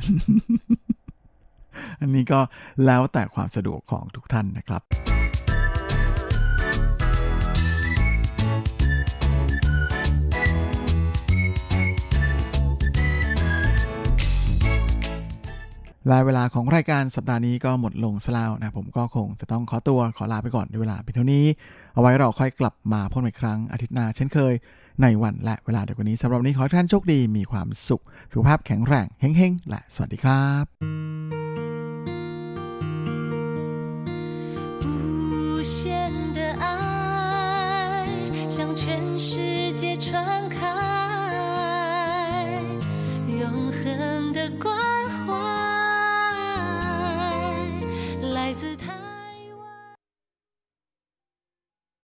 อันนี้ก็แล้วแต่ความสะดวกของทุกท่านนะครับและเวลาของรายการสัปดาห์นี้ก็หมดลงซะแล้วนะผมก็คงจะต้องขอลาไปก่อนด้วยเวลาเพียงเท่านี้เอาไว้เราค่อยกลับมาพบกันอีกครั้งอาทิตย์หน้าเช่นเคยในวันและเวลาเดียวกันนี้สำหรับวันนี้ขอให้ท่านโชคดีมีความสุขสุขภาพแข็งแรงเฮ้งๆและสวัสดีครับ无限的爱向全世界传开永恒的光